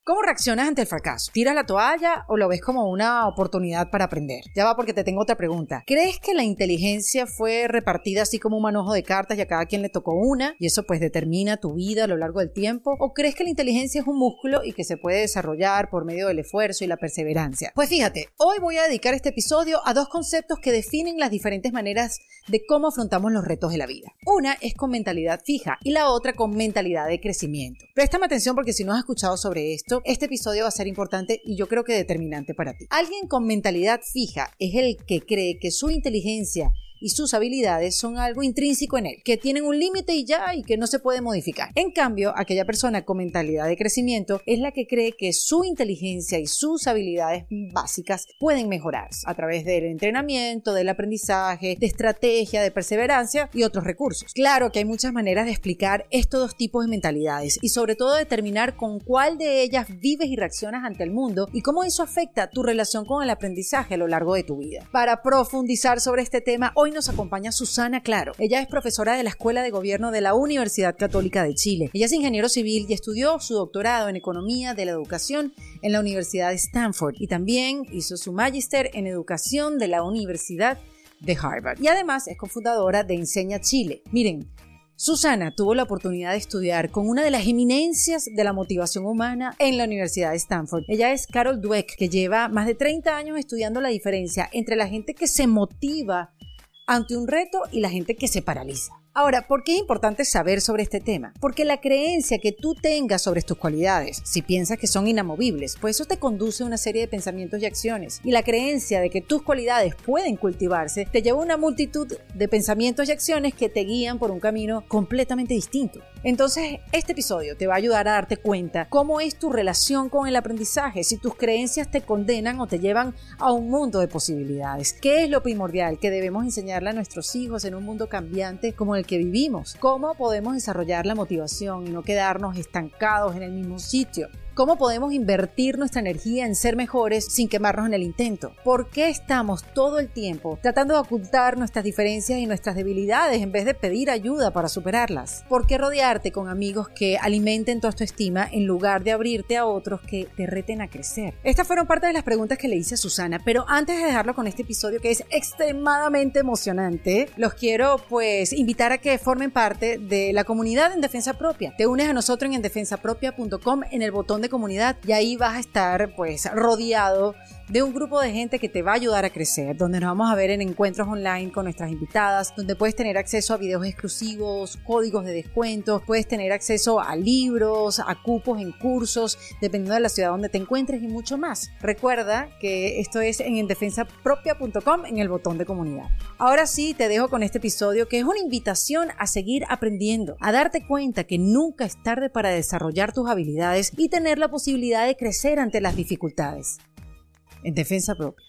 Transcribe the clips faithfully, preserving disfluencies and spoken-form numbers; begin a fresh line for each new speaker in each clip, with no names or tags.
¿Cómo reaccionas ante el fracaso? ¿Tiras la toalla o lo ves como una oportunidad para aprender? Ya va, porque te tengo otra pregunta. ¿Crees que la inteligencia fue repartida así como un manojo de cartas y a cada quien le tocó una y eso pues determina tu vida a lo largo del tiempo? ¿O crees que la inteligencia es un músculo y que se puede desarrollar por medio del esfuerzo y la perseverancia? Pues fíjate, hoy voy a dedicar este episodio a dos conceptos que definen las diferentes maneras de cómo afrontamos los retos de la vida. Una es con mentalidad fija y la otra con mentalidad de crecimiento. Préstame atención porque si no has escuchado sobre esto, este episodio va a ser importante y yo creo que determinante para ti. Alguien con mentalidad fija es el que cree que su inteligencia y sus habilidades son algo intrínseco en él, que tienen un límite y ya, y que no se puede modificar. En cambio, aquella persona con mentalidad de crecimiento es la que cree que su inteligencia y sus habilidades básicas pueden mejorarse a través del entrenamiento, del aprendizaje, de estrategia, de perseverancia y otros recursos. Claro que hay muchas maneras de explicar estos dos tipos de mentalidades y sobre todo determinar con cuál de ellas vives y reaccionas ante el mundo y cómo eso afecta tu relación con el aprendizaje a lo largo de tu vida. Para profundizar sobre este tema, hoy nos acompaña Susana Claro. Ella es profesora de la Escuela de Gobierno de la Universidad Católica de Chile. Ella es ingeniero civil y estudió su doctorado en Economía de la Educación en la Universidad de Stanford y también hizo su magíster en Educación de la Universidad de Harvard. Y además es cofundadora de Enseña Chile. Miren, Susana tuvo la oportunidad de estudiar con una de las eminencias de la motivación humana en la Universidad de Stanford. Ella es Carol Dweck, que lleva más de treinta años estudiando la diferencia entre la gente que se motiva ante un reto y la gente que se paraliza. Ahora, ¿por qué es importante saber sobre este tema? Porque la creencia que tú tengas sobre tus cualidades, si piensas que son inamovibles, pues eso te conduce a una serie de pensamientos y acciones. Y la creencia de que tus cualidades pueden cultivarse te lleva a una multitud de pensamientos y acciones que te guían por un camino completamente distinto. Entonces, este episodio te va a ayudar a darte cuenta cómo es tu relación con el aprendizaje, si tus creencias te condenan o te llevan a un mundo de posibilidades. ¿Qué es lo primordial que debemos enseñarle a nuestros hijos en un mundo cambiante como el que vivimos? ¿Cómo podemos desarrollar la motivación y no quedarnos estancados en el mismo sitio? ¿Cómo podemos invertir nuestra energía en ser mejores sin quemarnos en el intento? ¿Por qué estamos todo el tiempo tratando de ocultar nuestras diferencias y nuestras debilidades en vez de pedir ayuda para superarlas? ¿Por qué rodearte con amigos que alimenten tu autoestima en lugar de abrirte a otros que te reten a crecer? Estas fueron parte de las preguntas que le hice a Susana, pero antes de dejarlo con este episodio que es extremadamente emocionante, los quiero pues invitar a que formen parte de la comunidad en Defensa Propia. Te unes a nosotros en endefensa propia punto com en el botón de comunidad y ahí vas a estar pues rodeado de un grupo de gente que te va a ayudar a crecer, donde nos vamos a ver en encuentros online con nuestras invitadas, donde puedes tener acceso a videos exclusivos, códigos de descuento, puedes tener acceso a libros, a cupos en cursos, dependiendo de la ciudad donde te encuentres y mucho más. Recuerda que esto es en endefensa propia punto com en el botón de comunidad. Ahora sí, te dejo con este episodio que es una invitación a seguir aprendiendo, a darte cuenta que nunca es tarde para desarrollar tus habilidades y tener la posibilidad de crecer ante las dificultades. En Defensa Propia.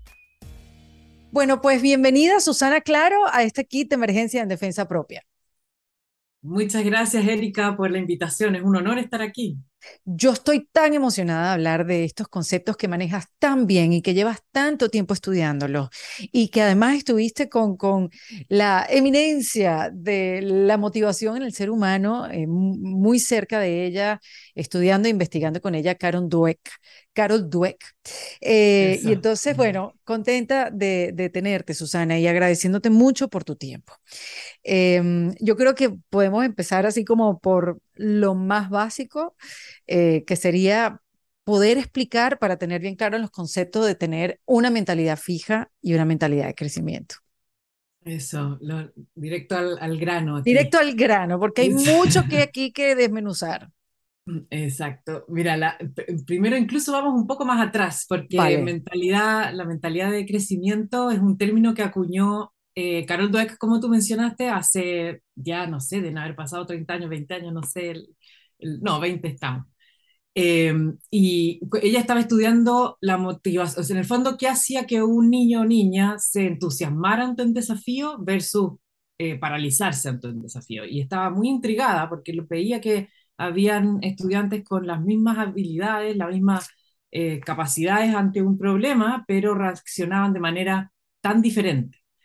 Bueno, pues bienvenida Susana Claro a este kit de emergencia en Defensa Propia.
Muchas gracias, Erika, por la invitación. Es un honor estar aquí.
Yo estoy tan emocionada de hablar de estos conceptos que manejas tan bien y que llevas tanto tiempo estudiándolos y que además estuviste con, con la eminencia de la motivación en el ser humano, eh, muy cerca de ella, estudiando e investigando con ella, Carol Dweck. Carol Dweck. Eh, y
Eso.
entonces, bueno, contenta de, de tenerte, Susana, y agradeciéndote mucho por tu tiempo. Eh, yo creo que podemos empezar así como por lo más básico, eh, que sería poder explicar para tener bien claro los conceptos de tener una mentalidad fija y una mentalidad de crecimiento.
Eso, lo- directo al, al grano aquí.
Directo al grano, porque hay
Es-
mucho que aquí que desmenuzar.
Exacto. Mira, la- p- primero incluso vamos un poco más atrás, porque
Vale,
mentalidad, la mentalidad de crecimiento es un término que acuñó eh, Carol Dweck, como tú mencionaste, hace ya, no sé, deben haber pasado treinta años, veinte años, no sé, el- el- no, veinte estamos. Eh, y ella estaba estudiando la motivación, o sea, en el fondo, ¿qué hacía que un niño o niña se entusiasmara ante un desafío versus eh, paralizarse ante un desafío? Y estaba muy intrigada porque lo veía que habían estudiantes con las mismas habilidades, las mismas eh, capacidades ante un problema, pero reaccionaban de manera tan diferente.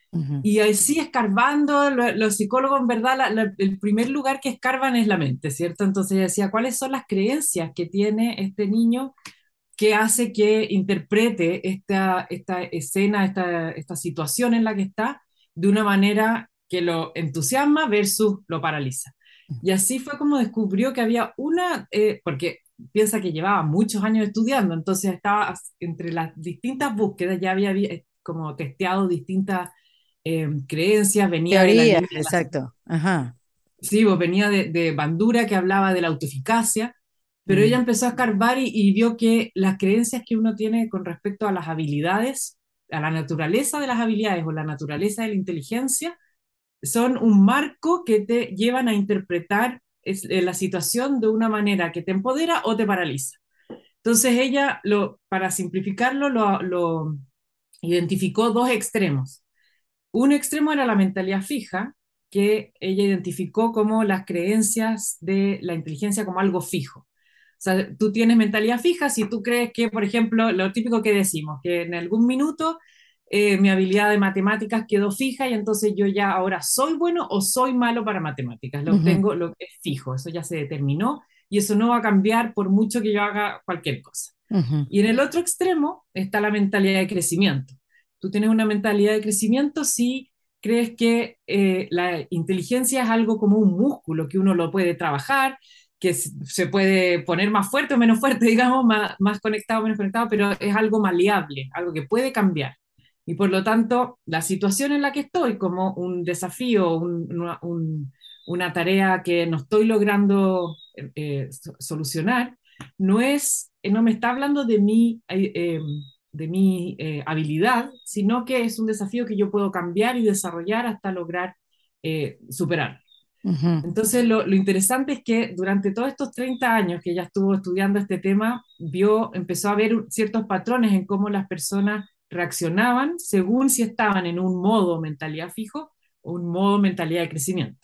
Ujú.
Y así escarbando, lo- los psicólogos en verdad, la- la- el primer lugar que escarban es la mente, ¿cierto? Entonces ella decía, ¿cuáles son las creencias que tiene este niño que hace que interprete esta, esta escena, esta, esta situación en la que está, de una manera que lo entusiasma versus lo paraliza? Y así fue como descubrió que había una, eh, porque piensa que llevaba muchos años estudiando, entonces estaba entre las distintas búsquedas, ya había vi- como testeado distintas eh, creencias, venía de la
Teoría,
línea de la,
exacto. Ajá.
sí, pues venía de, de Bandura, que hablaba de la autoeficacia, pero ella
Mm.
empezó a escarbar y, y vio que las creencias que uno tiene con respecto a las habilidades, a la naturaleza de las habilidades o la naturaleza de la inteligencia, son un marco que te llevan a interpretar es- eh, la situación de una manera que te empodera o te paraliza. Entonces ella, lo, para simplificarlo, lo, lo identificó dos extremos. Un extremo era la mentalidad fija, que ella identificó como las creencias de la inteligencia como algo fijo. O sea, tú tienes mentalidad fija si tú crees que, por ejemplo, lo típico que decimos, que en algún minuto eh, mi habilidad de matemáticas quedó fija y entonces yo ya ahora soy bueno o soy malo para matemáticas. Lo
Ujú.
tengo, lo es fijo, eso ya se determinó y eso no va a cambiar por mucho que yo haga cualquier cosa.
Ujú.
Y en el otro extremo está la mentalidad de crecimiento. Tú tienes una mentalidad de crecimiento si crees que eh, la inteligencia es algo como un músculo, que uno lo puede trabajar, que se puede poner más fuerte o menos fuerte, digamos, más, más conectado o menos conectado, pero es algo maleable, algo que puede cambiar. Y por lo tanto, la situación en la que estoy, como un desafío, un, una, un, una tarea que no estoy logrando eh, solucionar, no es, eh, no me está hablando de mi, eh, eh, de mi eh, habilidad, sino que es un desafío que yo puedo cambiar y desarrollar hasta lograr eh, superar.
Ujú.
Entonces, lo, lo, interesante es que durante todos estos treinta años que ella estuvo estudiando este tema, vio, empezó a ver ciertos patrones en cómo las personas reaccionaban según si estaban en un modo mentalidad fijo o un modo mentalidad de crecimiento.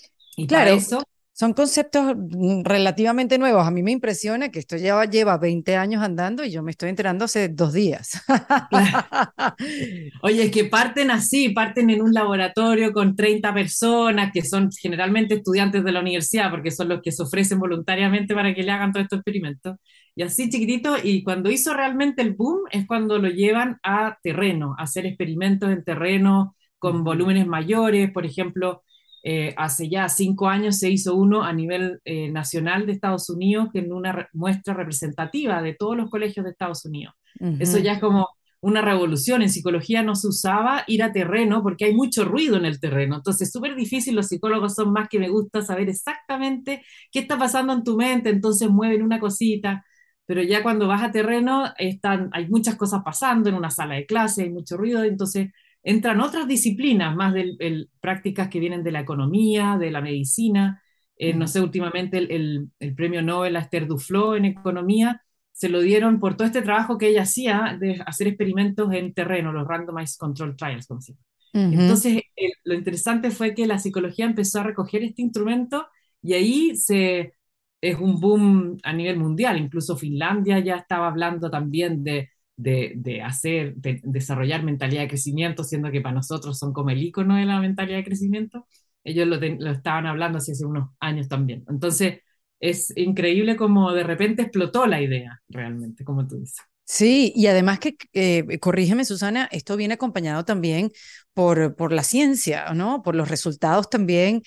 Y para
Claro,
eso
son conceptos mm, relativamente nuevos. A mí me impresiona que esto ya lleva veinte años andando y yo me estoy enterando hace dos días.
claro. Oye, es que parten así, parten en un laboratorio con treinta personas que son generalmente estudiantes de la universidad, porque son los que se ofrecen voluntariamente para que le hagan todos estos experimentos. Y así chiquitito, y cuando hizo realmente el boom es cuando lo llevan a terreno, a hacer experimentos en terreno con
Ujú.
volúmenes mayores. Por ejemplo, eh, hace ya cinco años se hizo uno a nivel eh, nacional de Estados Unidos, en una re muestra representativa de todos los colegios de Estados Unidos. Eso
Ujú.
ya es como una revolución. En psicología no se usaba ir a terreno porque hay mucho ruido en el terreno. Entonces es súper difícil, los psicólogos son más que me gusta saber exactamente qué está pasando en tu mente, entonces mueven una cosita, pero ya cuando vas a terreno están, hay muchas cosas pasando en una sala de clase, hay mucho ruido, entonces entran otras disciplinas, más de el, prácticas que vienen de la economía, de la medicina. Eh, no
Ujú.
sé, últimamente el, el, el premio Nobel a Esther Duflo en economía se lo dieron por todo este trabajo que ella hacía de hacer experimentos en terreno, los Randomized Control Trials, como se llama.
Ujú.
Entonces, el, lo interesante fue que la psicología empezó a recoger este instrumento y ahí se, es un boom a nivel mundial. Incluso Finlandia ya estaba hablando también de, de, de hacer, de desarrollar mentalidad de crecimiento, siendo que para nosotros son como el icono de la mentalidad de crecimiento. Ellos lo, lo estaban hablando hace unos años también. Entonces, es increíble como de repente explotó la idea, realmente, como tú dices.
Sí, y además que, eh, corrígeme Susana, esto viene acompañado también por, por la ciencia, ¿no? Por los resultados también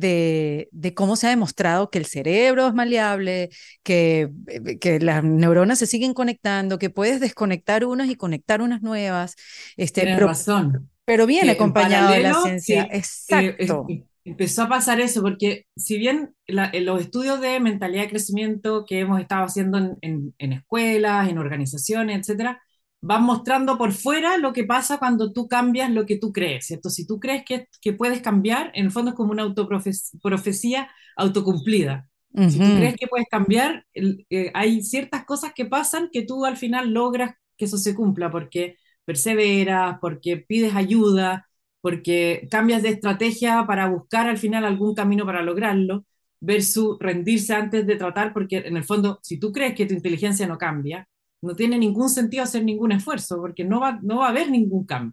de, de cómo se ha demostrado que el cerebro es maleable, que, eh, que las neuronas se siguen conectando, que puedes desconectar unas y conectar unas nuevas, este,
Tienes
pero,
razón,
pero viene
que en
acompañado de la
paralelo,
ciencia,
sí, eh,
exacto.
eh, empezó a pasar eso, porque si bien la, en los estudios de mentalidad de crecimiento que hemos estado haciendo en, en, en escuelas, en organizaciones, etcétera, van mostrando por fuera lo que pasa cuando tú cambias lo que tú crees, ¿cierto? Si tú crees que, que puedes cambiar, en el fondo es como una autoprofecía autocumplida. Si tú
Ujú.
crees que puedes cambiar, el, eh, hay ciertas cosas que pasan que tú al final logras que eso se cumpla, porque perseveras, porque pides ayuda, porque cambias de estrategia para buscar al final algún camino para lograrlo, versus rendirse antes de tratar, porque en el fondo, si tú crees que tu inteligencia no cambia, no tiene ningún sentido hacer ningún esfuerzo, porque no va, no va a haber ningún cambio.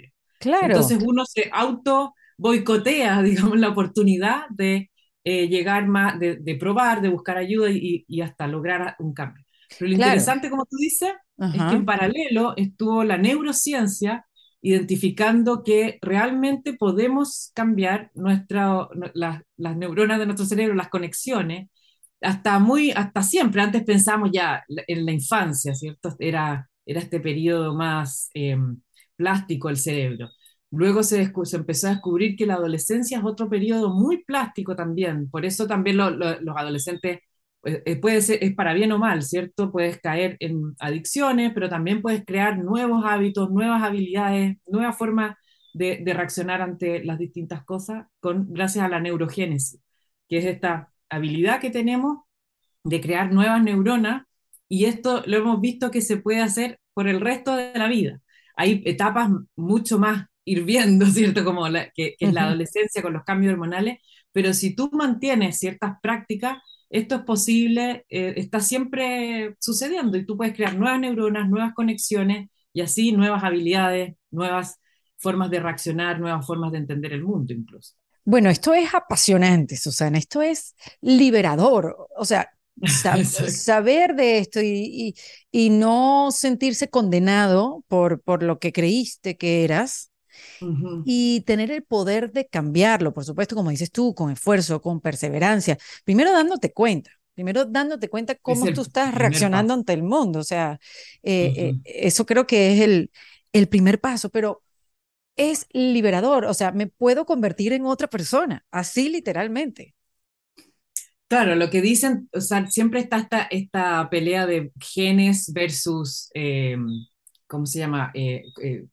Claro,
Entonces uno se auto boicotea, digamos, la oportunidad de eh, llegar más, de, de probar, de buscar ayuda y, y hasta lograr un cambio. Pero lo
claro.
interesante, como tú dices, es que en
Ajá.
paralelo estuvo la neurociencia identificando que realmente podemos cambiar nuestra, las, las neuronas de nuestro cerebro, las conexiones, hasta muy, hasta siempre. Antes pensamos ya en la infancia, ¿cierto? Era, era este periodo más eh, plástico del cerebro. Luego se, se, empezó a descubrir que la adolescencia es otro periodo muy plástico también. Por eso también lo, lo, los adolescentes, eh, puede ser, es para bien o mal, ¿cierto? Puedes caer en adicciones, pero también puedes crear nuevos hábitos, nuevas habilidades, nuevas formas de, de reaccionar ante las distintas cosas con, gracias a la neurogénesis, que es esta habilidad que tenemos de crear nuevas neuronas, y esto lo hemos visto que se puede hacer por el resto de la vida. Hay etapas mucho más hirviendo, ¿cierto? Como la, que, que es la
Ujú.
adolescencia con los cambios hormonales, pero si tú mantienes ciertas prácticas, esto es posible, eh, está siempre sucediendo y tú puedes crear nuevas neuronas, nuevas conexiones y así nuevas habilidades, nuevas formas de reaccionar, nuevas formas de entender el mundo incluso.
Bueno, esto es apasionante, Susana, esto es liberador, o sea, sab-
Exacto.
saber de esto y, y, y no sentirse condenado por, por lo que creíste que eras
Ujú.
y tener el poder de cambiarlo, por supuesto, como dices tú, con esfuerzo, con perseverancia, primero dándote cuenta. Primero dándote cuenta
Es
cómo tú
el
estás
primer
reaccionando
paso.
ante el mundo. O sea, eh, eh,
Ujú.
eso creo que es el, el primer paso, pero es liberador, o sea, me puedo convertir en otra persona, así literalmente.
Claro, lo que dicen, o sea, siempre está esta, esta pelea de genes versus, eh, ¿cómo se llama? Eh, eh,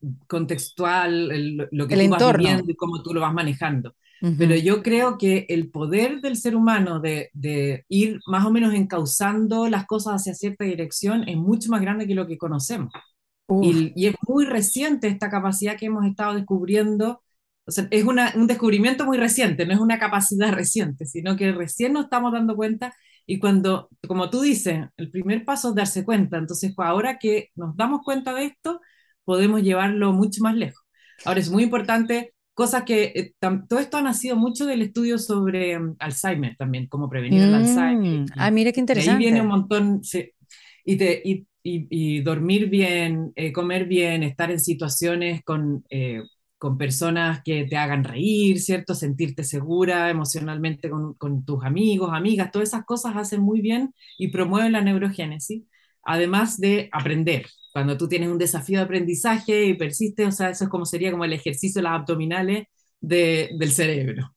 contextual, el- lo que
El
tú vas
entorno.
viviendo y cómo tú lo vas manejando. Pero
Ujú.
yo creo que el poder del ser humano de, de ir más o menos encauzando las cosas hacia cierta dirección es mucho más grande que lo que conocemos.
Uf.
Y, y es muy reciente esta capacidad que hemos estado descubriendo. O sea, es una, un descubrimiento muy reciente, no es una capacidad reciente, sino que recién nos estamos dando cuenta. Y cuando, como tú dices, el primer paso es darse cuenta. Entonces, pues ahora que nos damos cuenta de esto, podemos llevarlo mucho más lejos. Ahora, es muy importante, cosas que, eh, tam- todo esto ha nacido mucho del estudio sobre um, Alzheimer también, cómo prevenir el Alzheimer.
Mm. Ah,
Y
mire qué
de ahí viene un
interesante.
montón, sí, y, te, y, y, y dormir bien, eh, comer bien, estar en situaciones con, eh, con personas que te hagan reír, ¿cierto? Sentirte segura emocionalmente con, con tus amigos, amigas, todas esas cosas hacen muy bien y promueven la neurogénesis, además de aprender. Cuando tú tienes un desafío de aprendizaje y persistes, o sea, eso es como sería como el ejercicio de las abdominales de, del cerebro.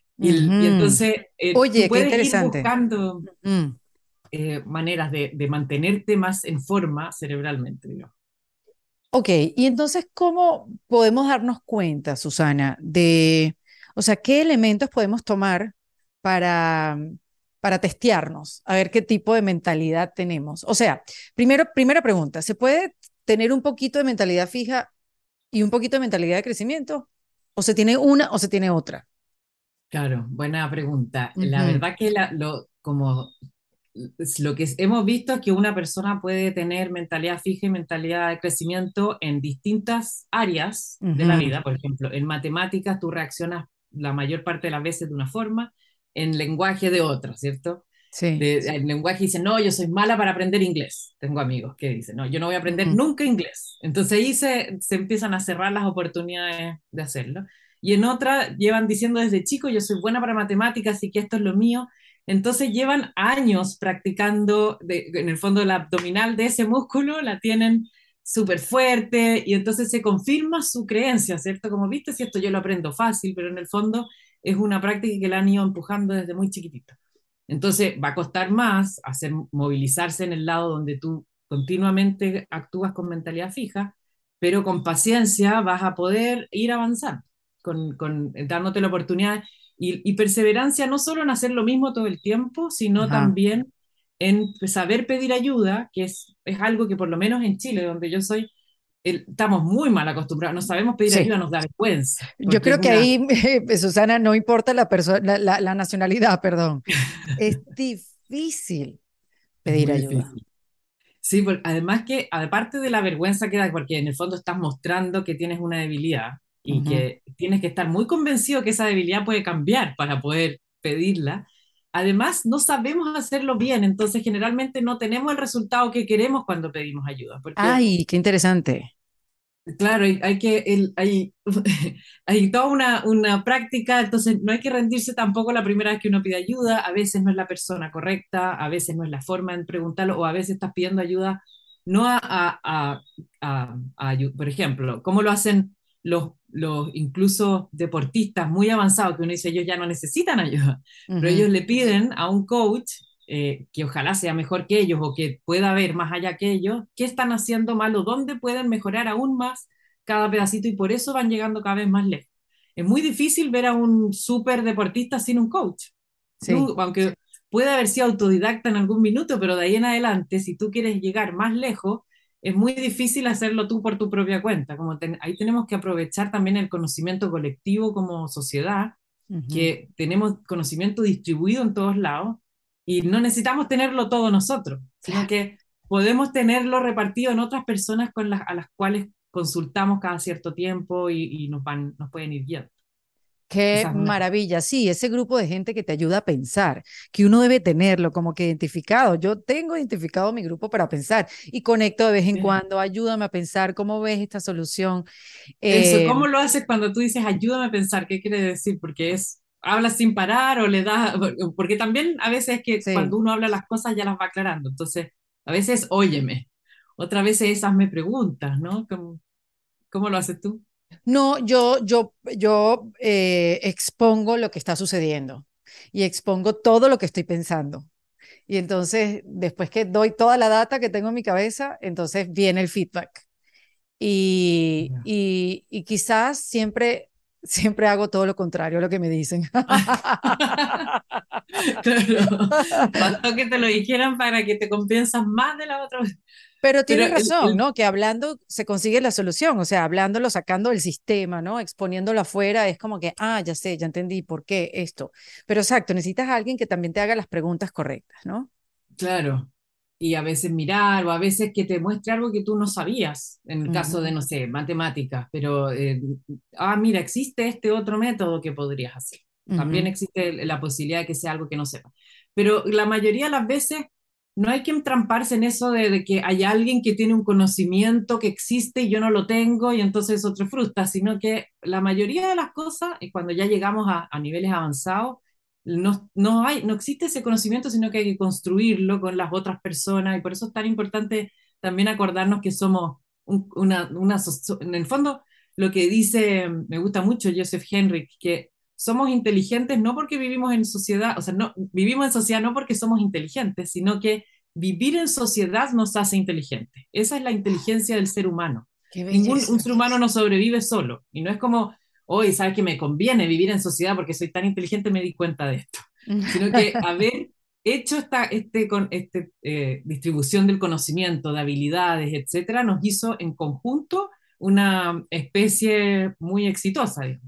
Y, y
Ujú.
entonces eh, tú
Oye, qué
puedes ir
interesante.
buscando
Mm.
eh, maneras de, de, mantenerte más en forma cerebralmente, digamos.
Ok, y entonces, ¿cómo podemos darnos cuenta, Susana, de, o sea, qué elementos podemos tomar para, para testearnos, a ver qué tipo de mentalidad tenemos? O sea, primero, primera pregunta, ¿se puede tener un poquito de mentalidad fija y un poquito de mentalidad de crecimiento? ¿O se tiene una o se tiene otra?
Claro, buena pregunta. La
Ujú.
verdad que la, lo, como es lo que hemos visto es que una persona puede tener mentalidad fija y mentalidad de crecimiento en distintas áreas de la
Ujú.
vida. Por ejemplo, en matemáticas tú reaccionas la mayor parte de las veces de una forma, en lenguaje de otra, ¿cierto?
Sí.
De, en lenguaje dicen, no, yo soy mala para aprender inglés. Tengo amigos que dicen, no, yo no voy a aprender
Ujú.
nunca inglés. Entonces ahí se, se empiezan a cerrar las oportunidades de hacerlo. Y en otra llevan diciendo desde chico, yo soy buena para matemáticas y que esto es lo mío. Entonces llevan años practicando, de, en el fondo la abdominal de ese músculo la tienen súper fuerte y entonces se confirma su creencia, ¿cierto? Como viste, si esto yo lo aprendo fácil, pero en el fondo es una práctica que la han ido empujando desde muy chiquitito. Entonces va a costar más hacer movilizarse en el lado donde tú continuamente actúas con mentalidad fija, pero con paciencia vas a poder ir avanzando, con, con, dándote la oportunidad y, y, perseverancia no solo en hacer lo mismo todo el tiempo, sino
Ajá.
también en saber pedir ayuda, que es, es algo que por lo menos en Chile, donde yo soy, el, estamos muy mal acostumbrados, no sabemos pedir
Sí.
ayuda, nos da vergüenza,
Yo
porque es
creo que
una...
ahí, Susana, no importa la persona, la, la la nacionalidad, perdón. Es difícil
Es
pedir
muy
ayuda.
difícil. Sí, por- además que, aparte de la vergüenza que da, porque en el fondo estás mostrando que tienes una debilidad y
Ujú.
que tienes que estar muy convencido que esa debilidad puede cambiar para poder pedirla. Además, no sabemos hacerlo bien, entonces generalmente no tenemos el resultado que queremos cuando pedimos ayuda, porque
Ay, qué interesante.
claro, hay, hay que, el, hay, hay toda una, una práctica, entonces no hay que rendirse tampoco la primera vez que uno pide ayuda, a veces no es la persona correcta, a veces no es la forma de preguntarlo, o a veces estás pidiendo ayuda no a, a, a, a- a ayu- por ejemplo, cómo lo hacen los, los incluso deportistas muy avanzados, que uno dice ellos ya no necesitan ayuda, pero
Ujú.
ellos le piden a un coach eh, que ojalá sea mejor que ellos o que pueda ver más allá que ellos, qué están haciendo mal o dónde pueden mejorar aún más cada pedacito y por eso van llegando cada vez más lejos. Es muy difícil ver a un súper deportista sin un coach.
Sí.
No, aunque puede haber sido autodidacta en algún minuto, pero de ahí en adelante, si tú quieres llegar más lejos, es muy difícil hacerlo tú por tu propia cuenta. Como ten, ahí tenemos que aprovechar también el conocimiento colectivo como sociedad,
Ujú.
que tenemos conocimiento distribuido en todos lados y no necesitamos tenerlo todo nosotros, sino
Claro.
que podemos tenerlo repartido en otras personas con las, a las cuales consultamos cada cierto tiempo y, y nos, van, nos pueden ir guiando.
Qué
Esa es una.
maravilla. Sí, ese grupo de gente que te ayuda a pensar, que uno debe tenerlo como que identificado. Yo tengo identificado mi grupo para pensar y conecto de vez en
Sí.
cuando. Ayúdame a pensar cómo ves esta solución.
Eso,
Eh,
¿cómo lo haces cuando tú dices ayúdame a pensar? ¿Qué quiere decir? Porque es, hablas sin parar o le das, porque también a veces es que
sí.
cuando uno habla las cosas ya las va aclarando. Entonces, a veces óyeme, otra vez es hazme preguntas, ¿no? ¿Cómo, cómo lo haces tú?
No, yo, yo, yo eh, expongo lo que está sucediendo y expongo todo lo que estoy pensando. Y entonces, después que doy toda la data que tengo en mi cabeza, entonces viene el feedback. Y,
Ya.
y, y quizás siempre, siempre hago todo lo contrario a lo que me dicen.
Claro, bastó que te lo dijeran para que te convenzas más de la otra vez.
Pero
Pero
tienes
el,
razón,
el-
¿no? Que hablando se consigue la solución, o sea, hablándolo, sacando del sistema, ¿no? Exponiéndolo afuera, es como que, ah, ya sé, ya entendí por qué esto. Pero exacto, necesitas a alguien que también te haga las preguntas correctas, ¿no?
claro, y a veces mirar o a veces que te muestre algo que tú no sabías, en el caso de,
Ujú,
no sé, matemáticas, pero, eh, ah, mira, existe este otro método que podrías hacer. También
ujú.
existe la posibilidad de que sea algo que no sepas. Pero la mayoría de las veces no hay que entramparse en eso de, de que hay alguien que tiene un conocimiento que existe y yo no lo tengo y entonces eso te frustra, sino que la mayoría de las cosas, y cuando ya llegamos a, a niveles avanzados, no, no, hay, no existe ese conocimiento, sino que hay que construirlo con las otras personas y por eso es tan importante también acordarnos que somos un- una, una, so- en el fondo, lo que dice, me gusta mucho Joseph Henrich, que somos inteligentes no porque vivimos en sociedad, o sea, no, vivimos en sociedad no porque somos inteligentes, sino que vivir en sociedad nos hace inteligentes. Esa es la inteligencia del ser humano.
Qué
Ningún un
belleza.
ser humano no sobrevive solo y no es como hoy, ¿sabes que me conviene vivir en sociedad porque soy tan inteligente? Me di cuenta de esto. Sino que haber hecho esta este, con, este, eh, distribución del conocimiento, de habilidades, etcétera, nos hizo en conjunto una especie muy exitosa, digamos.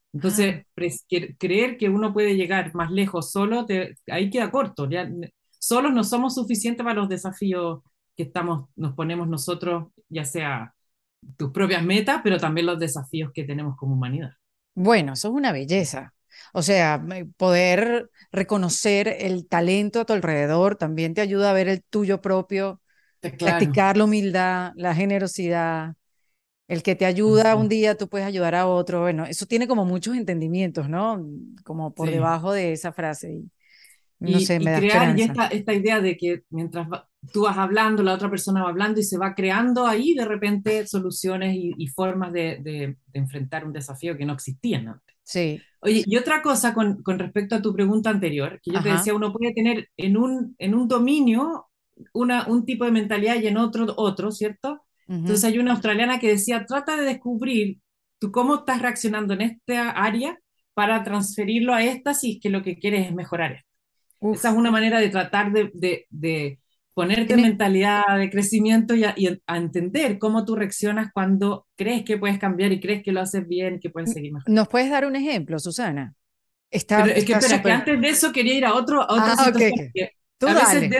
Ah,
Entonces, pres- que- creer que uno puede llegar más lejos solo, te- ahí queda corto. Ya, solos no somos suficientes para los desafíos que estamos, nos ponemos nosotros, ya sea tus propias metas, pero también los desafíos que tenemos como humanidad.
bueno, eso es una belleza. O sea, me- poder reconocer el talento a tu alrededor también te ayuda a ver el tuyo propio,
Eh, Claro,
practicar la humildad, la generosidad, el que te ayuda un
así,
día, tú puedes ayudar a otro. Bueno, eso tiene como muchos entendimientos, ¿no? Como por
sí.
debajo de esa frase. Y no
Y,
sé, me
y
da
crear y
esperanza.
esta, esta idea de que mientras va- tú vas hablando, la otra persona va hablando y se va creando ahí de repente soluciones y, y formas de, de- de enfrentar un desafío que no existían antes.
Sí,
Oye, y otra cosa con, con respecto a tu pregunta anterior, que yo te
ajá.
decía, uno puede tener en un, en un dominio una, un tipo de mentalidad y en otro otro, ¿cierto?
Ujú.
Entonces hay una australiana que decía, trata de descubrir tú cómo estás reaccionando en esta área para transferirlo a esta si es que lo que quieres es mejorar esto. Esa es
Uf.
una manera de tratar de, de, de ponerte en
Tiene-
mentalidad de crecimiento y a, y a entender cómo tú reaccionas cuando crees que puedes cambiar y crees que lo haces bien, que puedes seguir mejor.
¿Nos puedes dar un ejemplo, Susana?
Pero
Está,
es que
está
espera, que
súper.
antes de eso quería ir a, otro, a otra
Ah, ok,
situación,
ok.
que
Tú
a veces
dale.
den-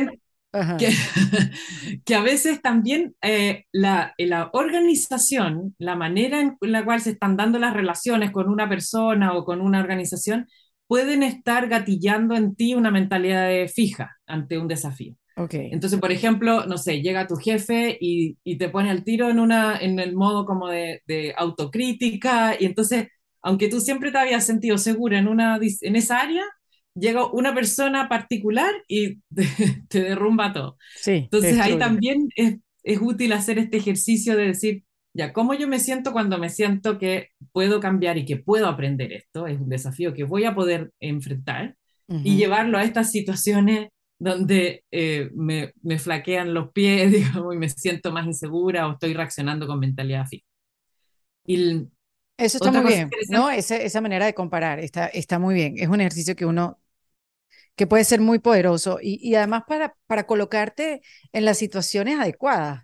Ajá.
que, que a veces también eh, la, la organización, la manera en la cual se están dando las relaciones con una persona o con una organización, pueden estar gatillando en ti una mentalidad de fija ante un desafío.
Ok.
Entonces, por ejemplo, no sé, llega tu jefe y, y te pone al tiro en, una, en el modo como de, de autocrítica, y entonces, aunque tú siempre te habías sentido segura en, una, en esa área, llega una persona particular y te, te derrumba todo.
Sí, te
Entonces ahí
destruye.
también es, es útil hacer este ejercicio de decir, ya, ¿cómo yo me siento cuando me siento que puedo cambiar y que puedo aprender esto? Es un desafío que voy a poder enfrentar y
Ujú.
llevarlo a estas situaciones donde eh, me, me flaquean los pies, digamos, y me siento más insegura o estoy reaccionando con mentalidad fija. Y l-
Eso está
otra
muy
cosa
bien, ¿no?
interesante,
Esa, esa manera de comparar está, está muy bien. Es un ejercicio que uno, que puede ser muy poderoso y, y además para, para colocarte en las situaciones adecuadas.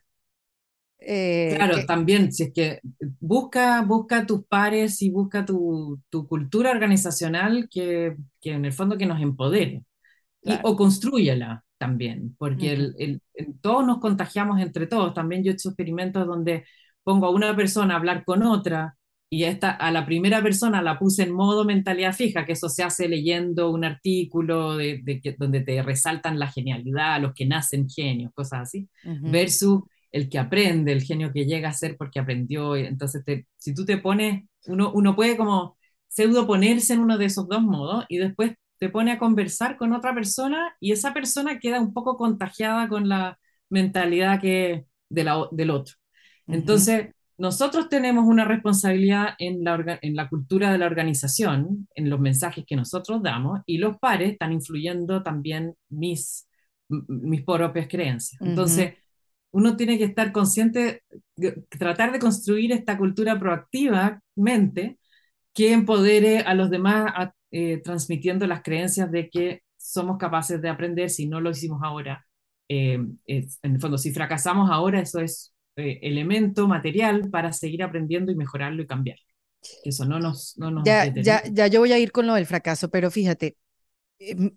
Eh,
claro,
que,
también, si es que busca, busca tus pares y busca tu, tu cultura organizacional que, que en el fondo que nos empodere. Y,
claro.
o construyela también, porque
Ujú.
el, el- el- todos nos contagiamos entre todos. También yo he hecho experimentos donde pongo a una persona a hablar con otra y esta, a la primera persona la puse en modo mentalidad fija, que eso se hace leyendo un artículo de, de que, donde te resaltan la genialidad, los que nacen genios, cosas así,
Ujú.
versus el que aprende, el genio que llega a ser porque aprendió. Entonces, te- si tú te pones, uno, uno puede como pseudo ponerse en uno de esos dos modos y después te pone a conversar con otra persona y esa persona queda un poco contagiada con la mentalidad que, de la, del otro.
Ujú.
Entonces, nosotros tenemos una responsabilidad en la, orga, en la cultura de la organización, en los mensajes que nosotros damos, y los pares están influyendo también mis, mis propias creencias.
Ujú.
Entonces, uno tiene que estar consciente, tratar de construir esta cultura proactivamente que empodere a los demás a, eh, transmitiendo las creencias de que somos capaces de aprender si no lo hicimos ahora. Eh, es, en el fondo, si fracasamos ahora, eso es eh, elemento material para seguir aprendiendo y mejorarlo y cambiar. Que eso no nos, no nos
Ya, ya,
determina.
ya yo voy a ir con lo del fracaso, pero fíjate, em,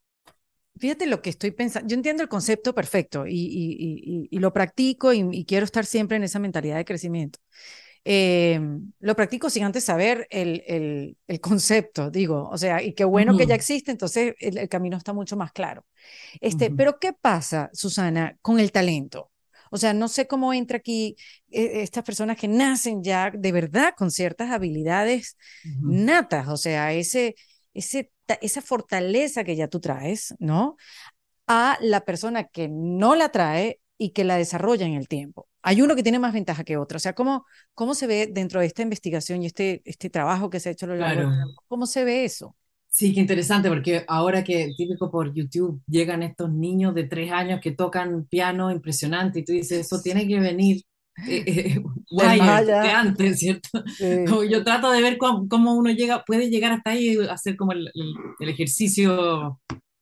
fíjate lo que estoy pensando. Yo entiendo el concepto perfecto y, y- y- y lo practico y, y quiero estar siempre en esa mentalidad de crecimiento. Eh, lo practico sin antes saber el, el- el concepto, digo, o sea, y qué
Uh
bueno que ya
-huh,
existe, entonces el, el camino está mucho más claro.
uh
Este,
-huh,
pero ¿qué pasa, Susana, con el talento? O sea, no sé cómo entra aquí eh, estas personas que nacen ya de verdad con ciertas habilidades
uh -huh.
natas, o sea, ese, ese, ta- esa fortaleza que ya tú traes, ¿no? A la persona que no la trae y que la desarrolla en el tiempo. Hay uno que tiene más ventaja que otro. O sea, ¿cómo, cómo se ve dentro de esta investigación y este, este trabajo que se ha hecho a lo largo del
Claro.
tiempo? ¿Cómo se ve eso?
Sí, qué interesante, porque ahora que típico por YouTube llegan estos niños de tres años que tocan piano impresionante y tú dices, eso tiene que venir eh, eh,
Del más
wired de
allá.
antes, ¿cierto?
Sí.
Como yo trato de ver cómo, cómo uno llega, puede llegar hasta ahí y hacer como el, el- el ejercicio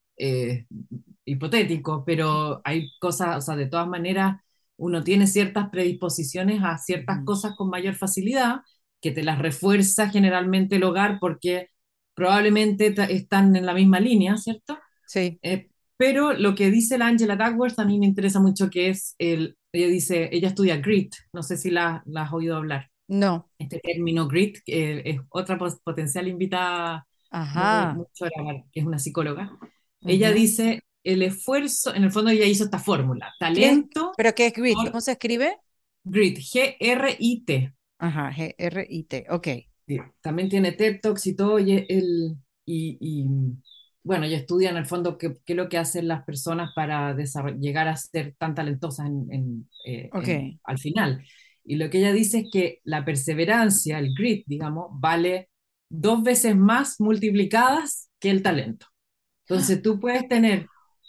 eh, hipotético, pero hay cosas, o sea, de todas maneras, uno tiene ciertas predisposiciones a ciertas
Ujú.
cosas con mayor facilidad, que te las refuerza generalmente el hogar porque probablemente están en la misma línea, ¿cierto?
Sí.
Eh, pero lo que dice la Angela Duckworth a mí me interesa mucho, que es, el, ella dice, ella estudia grit, no sé si la, la has oído hablar.
No.
Este término grit, que es otra potencial invitada muy,
Ajá.
mucho a la, que es una psicóloga. Ella
Ujú.
dice, el esfuerzo, en el fondo ella hizo esta fórmula,
¿Qué es?
talento
¿Pero qué es grit?
por
¿Cómo se escribe?
grit, G R I T.
Ajá, G R I T. Ok.
Sí, también tiene TED Talks y todo, y, el, y, y, bueno, ella estudia en el fondo qué, qué es lo que hacen las personas para llegar a ser tan talentosas en, en, eh, en,
Ok.
al final. Y lo que ella dice es que la perseverancia, el grit, digamos, vale dos veces más multiplicadas que el talento. Entonces tú puedes tener,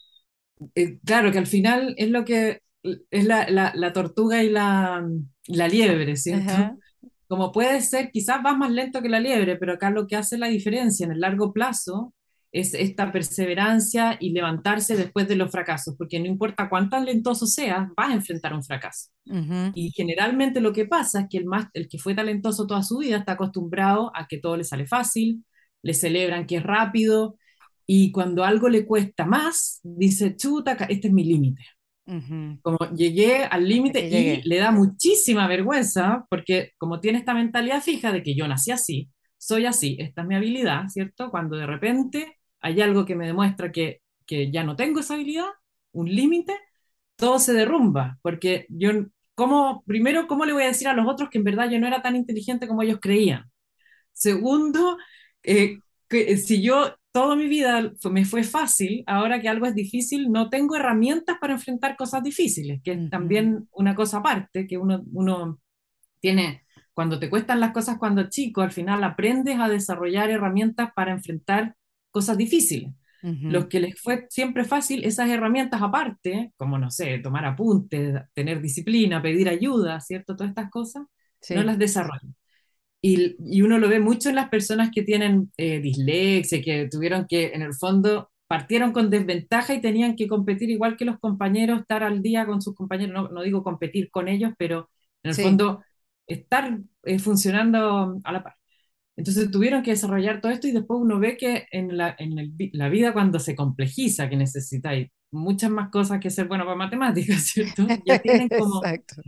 eh, claro que al final es lo que es la, la, la tortuga y la, la liebre, ¿cierto?
Ajá.
Como puede ser, quizás vas más lento que la liebre, pero acá lo que hace la diferencia en el largo plazo es esta perseverancia y levantarse después de los fracasos, porque no importa cuán talentoso seas, vas a enfrentar un fracaso.
Ujú.
Y generalmente lo que pasa es que el, más, el que fue talentoso toda su vida está acostumbrado a que todo le sale fácil, le celebran que es rápido, y cuando algo le cuesta más, dice, chuta, ca- este es mi límite.
Ujú.
Como llegué al límite
Aquí
y
llegué.
le da muchísima vergüenza porque como tiene esta mentalidad fija de que yo nací así, soy así, esta es mi habilidad, ¿cierto? Cuando de repente hay algo que me demuestra que, que ya no tengo esa habilidad, un límite, todo se derrumba, porque yo, ¿cómo, primero, ¿cómo le voy a decir a los otros que en verdad yo no era tan inteligente como ellos creían? Segundo, eh, que si yo toda mi vida fue- me fue fácil, ahora que algo es difícil, no tengo herramientas para enfrentar cosas difíciles, que es
Ujú.
también una cosa aparte, que uno, uno tiene, cuando te cuestan las cosas cuando chico, al final aprendes a desarrollar herramientas para enfrentar cosas difíciles. Los
Ujú.
que les fue siempre fácil, esas herramientas aparte, como no sé, tomar apuntes, tener disciplina, pedir ayuda, ¿cierto? Todas estas cosas, no
Sí.
las desarrollan. Y, y uno lo ve mucho en las personas que tienen eh, dislexia, que tuvieron que, en el fondo, partieron con desventaja y tenían que competir igual que los compañeros, estar al día con sus compañeros, no, no digo competir con ellos, pero en el
Sí.
fondo estar eh, funcionando a la par. Entonces tuvieron que desarrollar todo esto y después uno ve que en la, en el vi- la vida cuando se complejiza, que necesitáis muchas más cosas que ser bueno para matemáticas, ¿cierto? Ya tienen como
Exacto.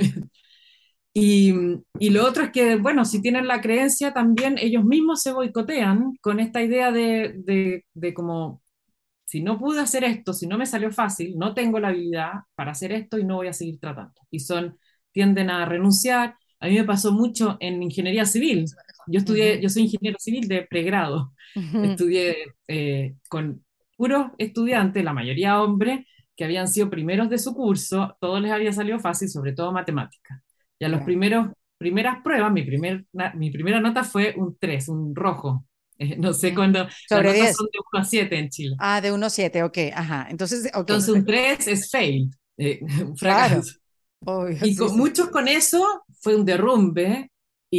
y, y lo otro es que, bueno, si tienen la creencia, también ellos mismos se boicotean con esta idea de, de, de como, si no pude hacer esto, si no me salió fácil, no tengo la habilidad para hacer esto y no voy a seguir tratando. Y son, tienden a renunciar. A mí me pasó mucho en ingeniería civil. Yo estudié,
Ujú.
yo soy ingeniero civil de pregrado.
Ujú.
Estudié eh, con puros estudiantes, la mayoría hombres, que habían sido primeros de su curso, todos les había salido fácil, sobre todo matemáticas. Y a los
Claro.
primeros, primeras pruebas, mi, primer, na- mi primera nota fue un tres, un rojo. Eh, no sé
Ujú.
cuándo, las
Sobre
notas
diez.
son de uno a siete en Chile.
Ah, de uno a siete, ok, ajá. Entonces, ok.
Entonces un tres es fail, eh, un
Claro.
fracaso.
Obvio,
Y
sí,
con,
sí.
muchos con eso fue un derrumbe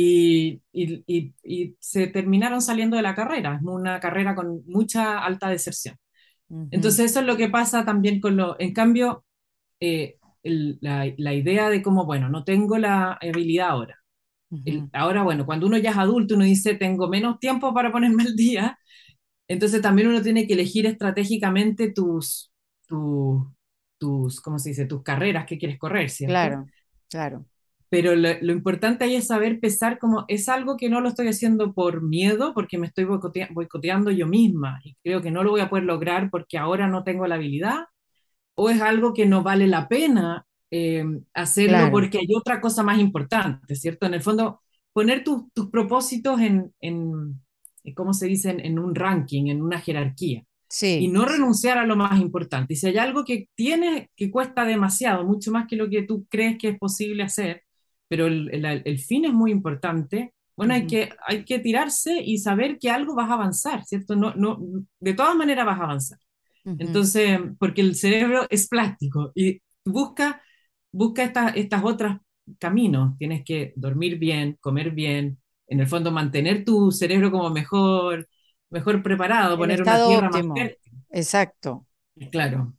y, y, y, y se terminaron saliendo de la carrera. Es una carrera con mucha alta deserción.
Ujú.
Entonces eso es lo que pasa también con lo... En cambio, eh, el- la, la idea de cómo, bueno, no tengo la habilidad ahora. El-
Ujú.
ahora, bueno, cuando uno ya es adulto, uno dice, tengo menos tiempo para ponerme al día. Entonces también uno tiene que elegir estratégicamente tus, tus, tus, ¿cómo se dice? Tus carreras que quieres correr, ¿cierto?
Claro, claro.
Pero lo, lo importante ahí es saber pesar como es algo que no lo estoy haciendo por miedo, porque me estoy boicotea- boicoteando yo misma y creo que no lo voy a poder lograr porque ahora no tengo la habilidad, o es algo que no vale la pena eh, hacerlo
Claro.
porque hay otra cosa más importante, ¿cierto? En el fondo, poner tus, tus propósitos en, en, ¿cómo se dice? En, en un ranking, en una jerarquía y
Sí.
no renunciar a lo más importante. Y si hay algo que tiene, que cuesta demasiado, mucho más que lo que tú crees que es posible hacer, pero el, el, el fin es muy importante, bueno, hay
Ujú.
que, hay que tirarse y saber que algo vas a avanzar, ¿cierto? No, no, de todas maneras vas a avanzar.
Ujú.
Entonces, porque el cerebro es plástico y busca, busca esta, estas otras caminos. Tienes que dormir bien, comer bien, en el fondo mantener tu cerebro como mejor, mejor preparado,
En
poner una
estado
tierra más
óptimo.
fértil,
Exacto.
claro,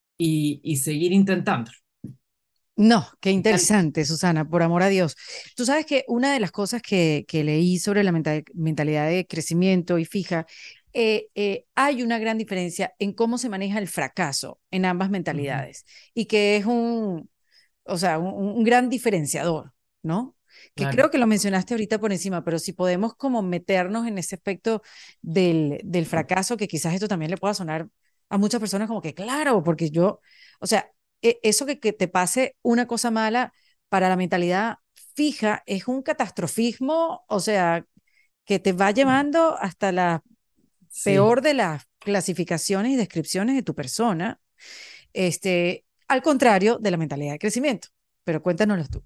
y, y seguir intentando.
No, qué
Y tal-
interesante, Susana, por amor a Dios. Tú sabes que una de las cosas que, que leí sobre la menta- mentalidad de crecimiento y fija, eh, eh, hay una gran diferencia en cómo se maneja el fracaso en ambas
Ujú,
mentalidades y que es un, o sea, un, un gran diferenciador, ¿no? Que
claro,
creo que lo mencionaste ahorita por encima, pero si podemos como meternos en ese aspecto del, del fracaso, que quizás esto también le pueda sonar a muchas personas como que, claro, porque yo, o sea, e- eso que, que te pase una cosa mala para la mentalidad fija es un catastrofismo, o sea, que te va llevando hasta la
sí.
peor de las clasificaciones y descripciones de tu persona, este, al contrario de la mentalidad de crecimiento. Pero cuéntanoslo tú.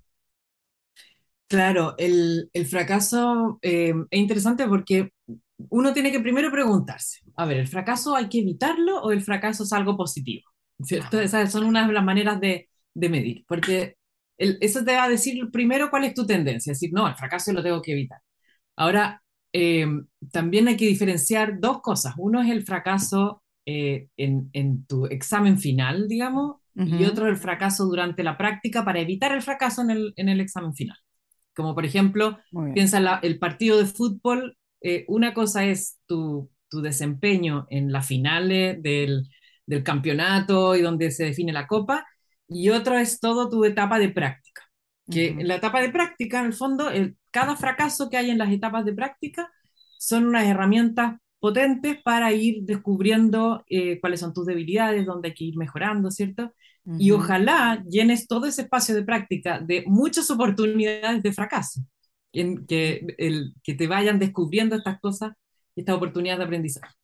Claro, el, el fracaso eh, es interesante porque uno tiene que primero preguntarse, a ver, ¿el fracaso hay que evitarlo o el fracaso es algo positivo? ¿Cierto?
Ajá.
Esas son unas de las maneras de, de medir, porque el- eso te va a decir primero cuál es tu tendencia, es decir, no, el fracaso lo tengo que evitar. Ahora, eh, también hay que diferenciar dos cosas. Uno es el fracaso eh, en, en tu examen final, digamos, y
Ujú.
otro el fracaso durante la práctica para evitar el fracaso en el, en el examen final. Como por ejemplo,
Muy bien.
piensa en la- el partido de fútbol, eh, una cosa es tu, tu desempeño en las finales del, del campeonato y donde se define la copa, y otro es todo tu etapa de práctica. Que en
Ujú,
la etapa de práctica, en el fondo, el, cada fracaso que hay en las etapas de práctica son unas herramientas potentes para ir descubriendo eh, cuáles son tus debilidades, dónde hay que ir mejorando, ¿cierto? Y
ujú.
ojalá llenes todo ese espacio de práctica de muchas oportunidades de fracaso, en que, el, que te vayan descubriendo estas cosas y estas oportunidades de aprendizaje.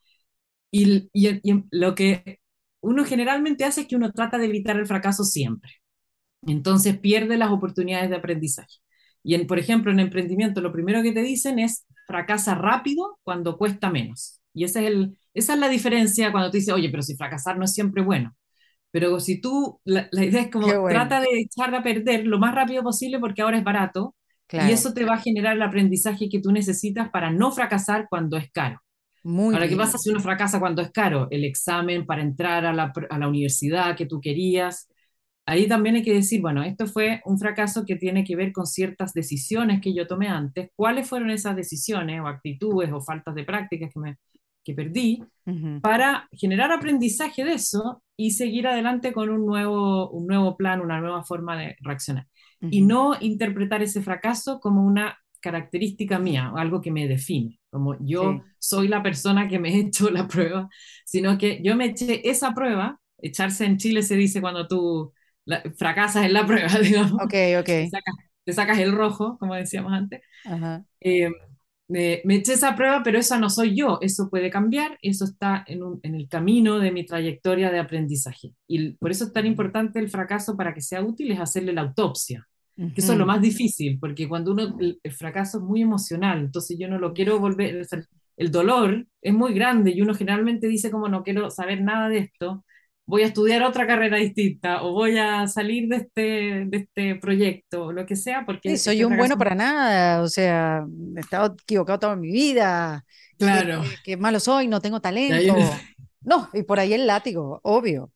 Y, y, y lo que uno generalmente hace es que uno trata de evitar el fracaso siempre. Entonces pierde las oportunidades de aprendizaje. Y, en, por ejemplo, en emprendimiento, lo primero que te dicen es fracasa rápido cuando cuesta menos. Y ese es el, esa es la diferencia cuando tú dices, oye, pero si fracasar no es siempre bueno. Pero si tú, la, la idea es
Qué
como
bueno,
trata de echar a perder lo más rápido posible porque ahora es barato y
claro,
eso te va a generar el aprendizaje que tú necesitas para no fracasar cuando es caro.
muy
Ahora, ¿qué pasa
bien.
si uno fracasa cuando es caro? El examen para entrar a la, a la universidad que tú querías. Ahí también hay que decir, bueno, esto fue un fracaso que tiene que ver con ciertas decisiones que yo tomé antes. ¿Cuáles fueron esas decisiones o actitudes o faltas de prácticas que, me, que perdí?
Ujú,
Para generar aprendizaje de eso y seguir adelante con un nuevo, un nuevo plan, una nueva forma de reaccionar. Y
ujú.
no interpretar ese fracaso como una característica mía, o algo que me define, como yo
Sí.
soy la persona que me he hecho la prueba, sino que yo me eché esa prueba. Echarse en Chile se dice cuando tú la, fracasas en la prueba, digamos,
Ok, ok.
te sacas, te sacas el rojo, como decíamos antes.
Ajá.
Eh, me, me eché esa prueba, pero esa no soy yo, eso puede cambiar, eso está en, un, en, el camino de mi trayectoria de aprendizaje. Y por eso es tan importante el fracaso para que sea útil, es hacerle la autopsia, que eso es lo
Ujú.
más difícil, porque cuando uno, el, el fracaso es muy emocional, entonces yo no lo quiero volver, o sea, el dolor es muy grande y uno generalmente dice como no quiero saber nada de esto, voy a estudiar otra carrera distinta o voy a salir de este, de este proyecto o lo que sea,
Sí,
porque
soy
este
un bueno
fracaso...
para nada, o sea, he estado equivocado toda mi vida, qué,
Claro,
qué, qué malo soy, no tengo
y ahí
talento. No, y por ahí el látigo, obvio.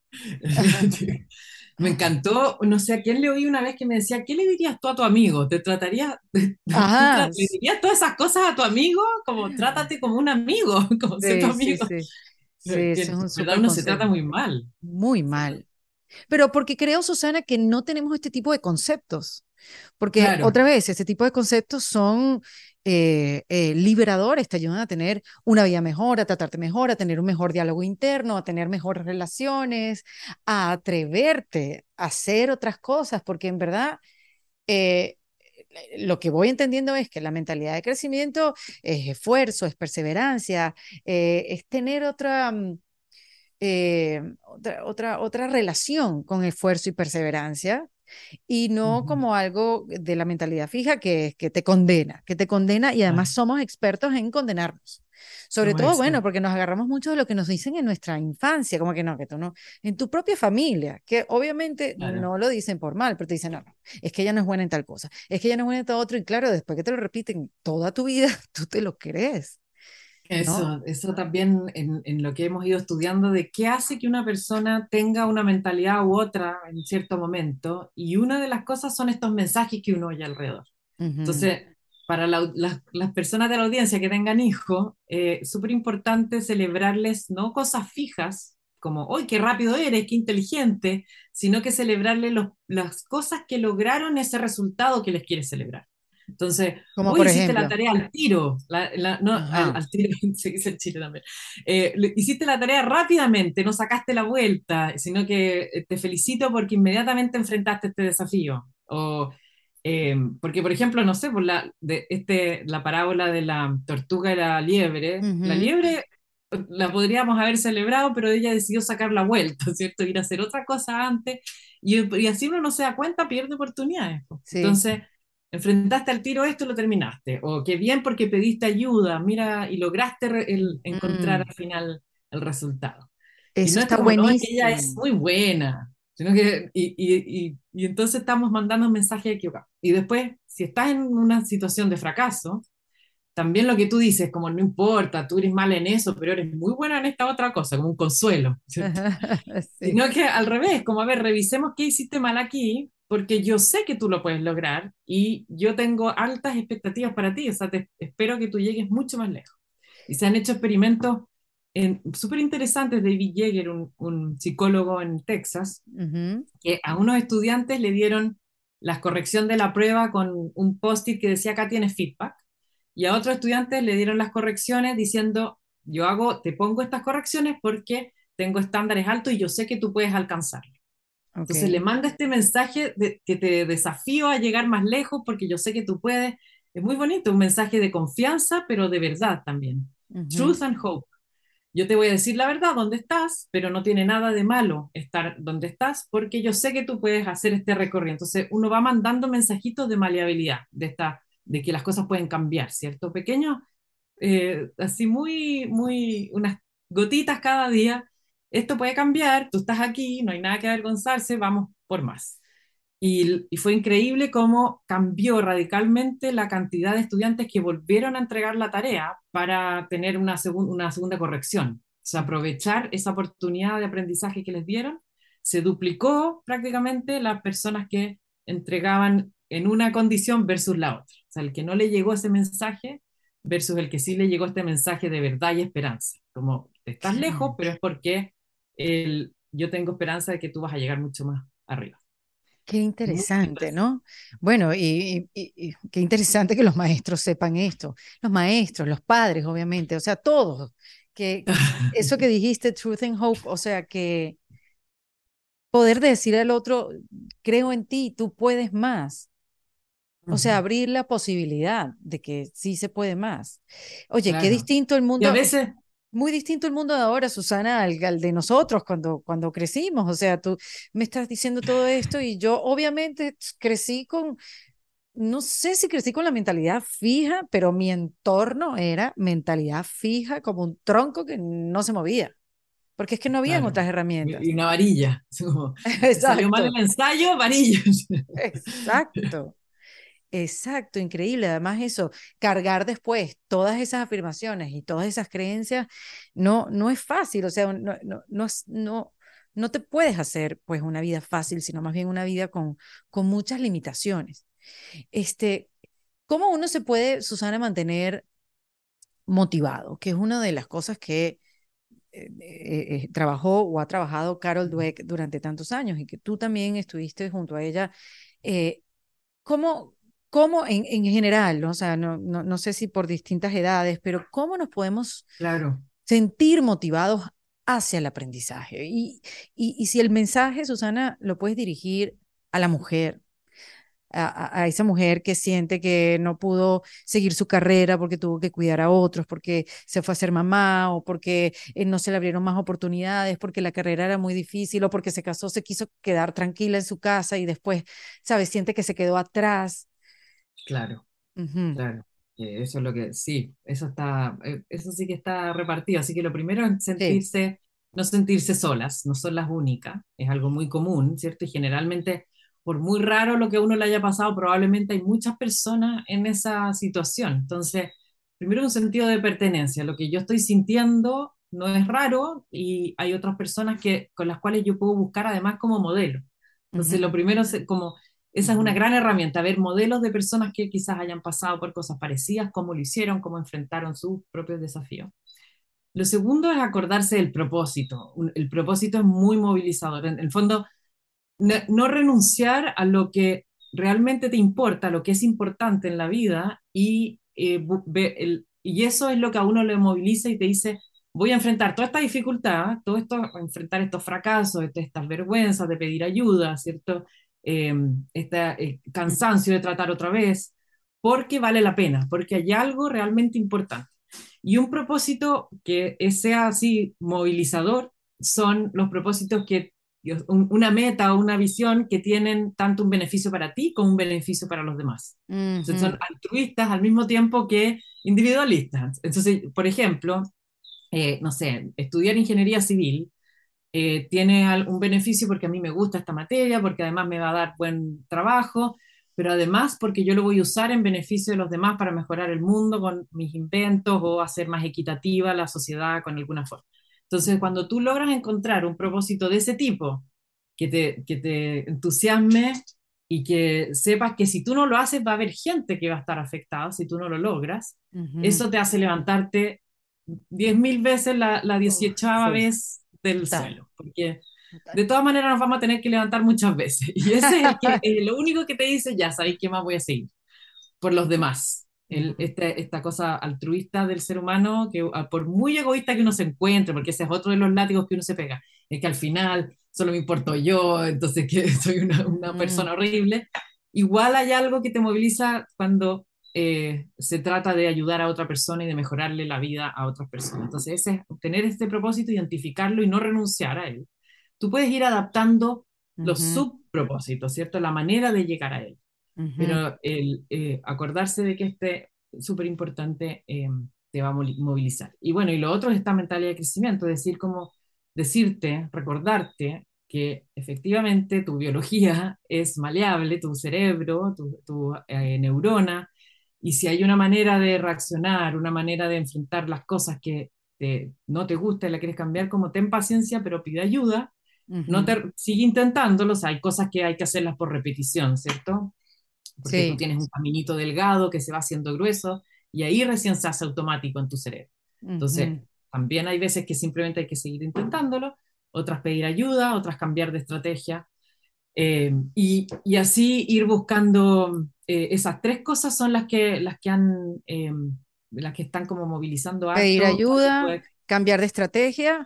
me encantó, no sé a quién le oí una vez que me decía, ¿qué le dirías tú a tu amigo? ¿Te tratarías, tú
Ajá,
tra- le
s-
dirías todas esas cosas a tu amigo? Como trátate como un amigo, como sé tu
sí, sí,
amigo.
sí, sí,
Que
eso es
en
un
verdad
súper
uno se trata
consejo,
muy mal.
muy mal. Pero porque creo, Susana, que no tenemos este tipo de conceptos. Porque
Claro,
otra vez, este tipo de conceptos son eh, eh, liberadores, te ayudan a tener una vida mejor, a tratarte mejor, a tener un mejor diálogo interno, a tener mejores relaciones, a atreverte a hacer otras cosas, porque en verdad eh, lo que voy entendiendo es que la mentalidad de crecimiento es esfuerzo, es perseverancia, eh, es tener otra... mm, eh, otra, otra, otra relación con esfuerzo y perseverancia y no
ujú,
como algo de la mentalidad fija que, que te condena, que te condena y además
claro,
somos expertos en condenarnos. Sobre
somos
todo, bueno,
expertos.
porque nos agarramos mucho de lo que nos dicen en nuestra infancia, como que no, que tú no, en tu propia familia, que obviamente
Claro.
no lo dicen por mal, pero te dicen, no, no, es que ella no es buena en tal cosa, es que ella no es buena en tal otro, y claro, después que te lo repiten toda tu vida, tú te lo crees, ¿no?
Eso, eso también en, en lo que hemos ido estudiando de qué hace que una persona tenga una mentalidad u otra en cierto momento, y una de las cosas son estos mensajes que uno oye alrededor.
Ujú.
Entonces, para la- las, las personas de la audiencia que tengan hijos, es súper importante celebrarles no cosas fijas, como, ¡hoy qué rápido eres, qué inteligente!, sino que celebrarles los- las cosas que lograron ese resultado que les quieres celebrar. Entonces,
Como
hoy
por
hiciste la
ejemplo,
tarea al tiro, la- la- no, al,
ajá,
al tiro, se dice en Chile también. Eh, le- hiciste la tarea rápidamente, no sacaste la vuelta, sino que eh, te felicito porque inmediatamente enfrentaste este desafío. O, eh, porque, por ejemplo, no sé, por la, de este, la parábola de la tortuga y la liebre, la
ujú,
liebre eh, la podríamos haber celebrado, pero ella decidió sacar la vuelta, ¿cierto? Ir a hacer otra cosa antes, y, y así uno no se da cuenta, pierde oportunidades, po.
sí.
Entonces, enfrentaste al tiro esto y lo terminaste. O qué bien porque pediste ayuda, mira, y lograste re- el- encontrar
Mm,
al final el resultado. Y
eso
no
está
está como, no, es que ella es
buenísimo.
muy buena, sino que, y, y, y, y entonces estamos mandando un mensaje equivocado. Y después, si estás en una situación de fracaso, también lo que tú dices, como no importa, tú eres mala en eso, pero eres muy buena en esta otra cosa, como un consuelo, ¿cierto?
Sí.
Sino que al revés, como a ver, revisemos qué hiciste mal aquí, porque yo sé que tú lo puedes lograr y yo tengo altas expectativas para ti, o sea, te espero que tú llegues mucho más lejos. Y se han hecho experimentos súper interesante, es David Yeager, un, un psicólogo en Texas,
Ujú.
que a unos estudiantes le dieron la corrección de la prueba con un post-it que decía acá tienes feedback, y a otros estudiantes le dieron las correcciones diciendo yo hago, te pongo estas correcciones porque tengo estándares altos y yo sé que tú puedes alcanzarlo. Entonces le
Ok.
manda este mensaje de, que te desafío a llegar más lejos porque yo sé que tú puedes. Es muy bonito, un mensaje de confianza, pero de verdad también.
Ujú.
Truth and hope. Yo te voy a decir la verdad, dónde estás, pero no tiene nada de malo estar donde estás porque yo sé que tú puedes hacer este recorrido. Entonces uno va mandando mensajitos de maleabilidad, de, esta, de que las cosas pueden cambiar, ¿cierto? Pequeños, eh, así muy, muy, unas gotitas cada día. Esto puede cambiar, tú estás aquí, no hay nada que avergonzarse, vamos por más. Y, y fue increíble cómo cambió radicalmente la cantidad de estudiantes que volvieron a entregar la tarea para tener una, segun- una segunda corrección. O sea, aprovechar esa oportunidad de aprendizaje que les dieron, se duplicó prácticamente las personas que entregaban en una condición versus la otra. O sea, el que no le llegó ese mensaje versus el que sí le llegó este mensaje de verdad y esperanza. Como estás lejos, pero es porque el, yo tengo esperanza de que tú vas a llegar mucho más arriba.
Qué
Muy bonito
interesante,
eso.
¿no? Bueno, y, y- y- y qué interesante que los maestros sepan esto. Los maestros, los padres, obviamente, o sea, todos. Que eso que dijiste, truth and hope, o sea, que poder decir al otro, creo en ti, tú puedes más. O sea,
Ujú,
abrir la posibilidad de que sí se puede más. Oye, qué
claro.
distinto el
Y a
mundo, es
veces,
muy distinto el mundo de ahora, Susana, al, al de nosotros cuando, cuando crecimos. O sea, tú me estás diciendo todo esto y yo obviamente crecí con, no sé si crecí con la mentalidad fija, pero mi entorno era mentalidad fija como un tronco que no se movía, porque es que no habían
claro,
otras herramientas.
y y una varilla. Es como, te salió mal el
Exacto,
ensayo, varillas.
exacto. Exacto, increíble. Además, eso, cargar después todas esas afirmaciones y todas esas creencias, no, no es fácil. O sea, no, no, no, es- no, no te puedes hacer pues una vida fácil, sino más bien una vida con, con muchas limitaciones. Este, ¿cómo uno se puede, Susana, mantener motivado? Que es una de las cosas que eh, eh, eh, trabajó o ha trabajado Carol Dweck durante tantos años y que tú también estuviste junto a ella. Eh, ¿Cómo, cómo en, en general, ¿no? O sea, no, no, no sé si por distintas edades, pero cómo nos podemos
Claro,
sentir motivados hacia el aprendizaje? Y, y, y si el mensaje, Susana, lo puedes dirigir a la mujer, a, a- a esa mujer que siente que no pudo seguir su carrera porque tuvo que cuidar a otros, porque se fue a ser mamá o porque eh, no se le abrieron más oportunidades, porque la carrera era muy difícil o porque se casó, se quiso quedar tranquila en su casa y después, ¿sabes? Siente que se quedó atrás.
claro,
Ujú.
claro. Eh, eso es lo que, sí, eso está, eh, eso sí que está repartido. Así que lo primero es
Sí.
sentirse, no sentirse solas, no son las únicas, es algo muy común, ¿cierto? Y generalmente, por muy raro lo que a uno le haya pasado, probablemente hay muchas personas en esa situación. Entonces, primero un sentido de pertenencia, lo que yo estoy sintiendo no es raro y hay otras personas que, con las cuales yo puedo buscar además como modelo. Entonces, lo
Ujú.
primero es como esa es una gran herramienta, ver modelos de personas que quizás hayan pasado por cosas parecidas, cómo lo hicieron, cómo enfrentaron sus propios desafíos. Lo segundo es acordarse del propósito. Un- El propósito es muy movilizador. En el fondo, no, no renunciar a lo que realmente te importa, a lo que es importante en la vida, y, eh, bu- ve- el- y eso es lo que a uno le moviliza y te dice, voy a enfrentar toda esta dificultad, todo esto, a enfrentar estos fracasos, este- estas vergüenzas de pedir ayuda, ¿cierto? Eh, este cansancio de tratar otra vez, porque vale la pena, porque hay algo realmente importante. Y un propósito que sea así movilizador son los propósitos que Dios, un- una meta o una visión que tienen tanto un beneficio para ti como un beneficio para los demás. Entonces son
Ujú.
altruistas al mismo tiempo que individualistas. Entonces, por ejemplo, eh, no sé, estudiar ingeniería civil eh, tiene al- un beneficio porque a mí me gusta esta materia, porque además me va a dar buen trabajo, pero además porque yo lo voy a usar en beneficio de los demás para mejorar el mundo con mis inventos o hacer más equitativa la sociedad con alguna forma. Entonces, cuando tú logras encontrar un propósito de ese tipo, que te, que te entusiasme y que sepas que si tú no lo haces va a haber gente que va a estar afectada si tú no lo logras,
Ujú.
eso te hace levantarte diez mil veces la, la
Uf,
dieciochava
sí,
vez del
total,
suelo, porque
total.
de todas maneras nos vamos a tener que levantar muchas veces. Y ese es el que, es lo único que te dice, ya sabéis qué más voy a seguir, por los demás. El,
Ujú.
este, esta cosa altruista del ser humano, que a- por muy egoísta que uno se encuentre, porque ese es otro de los látigos que uno se pega, es que al final solo me importo yo, entonces que soy una, una
Ujú.
persona horrible, igual hay algo que te moviliza cuando eh, se trata de ayudar a otra persona y de mejorarle la vida a otras personas. Entonces, ese es tener este propósito, identificarlo y no renunciar a él. Tú puedes ir adaptando los
Ujú,
subpropósitos, ¿cierto? La manera de llegar a él,
ujú.
pero el eh, acordarse de que este súper importante eh, te va a movilizar. Y bueno, y lo otro es esta mentalidad de crecimiento, es decir, como decirte, recordarte que efectivamente tu biología es maleable, tu cerebro, tu, tu eh, neurona, y si hay una manera de reaccionar, una manera de enfrentar las cosas que te, no te gusta y la quieres cambiar, como ten paciencia, pero pide ayuda, no
Ujú.
te, sigue intentándolo, o sea, hay cosas que hay que hacerlas por repetición, ¿cierto? Porque tú
Sí.
tienes un caminito delgado que se va haciendo grueso y ahí recién se hace automático en tu cerebro. Entonces,
Ujú.
también hay veces que simplemente hay que seguir intentándolo, otras pedir ayuda, otras cambiar de estrategia eh, y, y, así ir buscando eh, esas tres cosas son las que, las que han, eh, las que están como movilizando
Pedir
harto.
ayuda, cambiar de estrategia.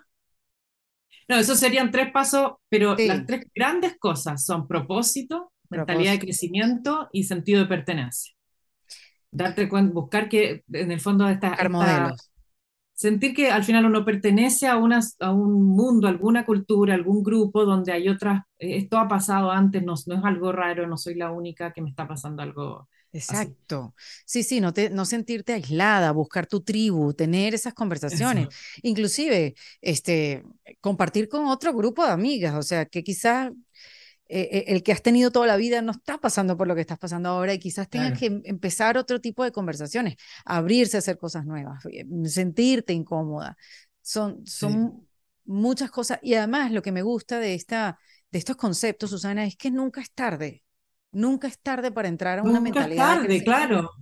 No, esos serían tres pasos, pero las
Sí,
tres grandes cosas son propósito, mentalidad de
propósito.
crecimiento y sentido de pertenencia. Darte cuenta, buscar que en el fondo esta,
Buscar
esta,
modelos.
sentir que al final uno pertenece a, una, a un mundo, alguna cultura, algún grupo donde hay otras, eh, esto ha pasado antes, no, no es algo raro, no soy la única que me está pasando algo así.
Exacto. Sí, sí, no te, no sentirte aislada, buscar tu tribu, tener esas conversaciones,
Eso.
inclusive este, compartir con otro grupo de amigas, o sea, que quizás eh, eh, el que has tenido toda la vida no está pasando por lo que estás pasando ahora y quizás tengas
Claro,
que em- empezar otro tipo de conversaciones, abrirse a hacer cosas nuevas, eh, sentirte incómoda. Son,
sí.
son muchas cosas y además lo que me gusta de, esta, de estos conceptos, Susana, es que nunca es tarde. Nunca es tarde para entrar a una
Nunca es
mentalidad de
tarde,
crecimiento.
claro.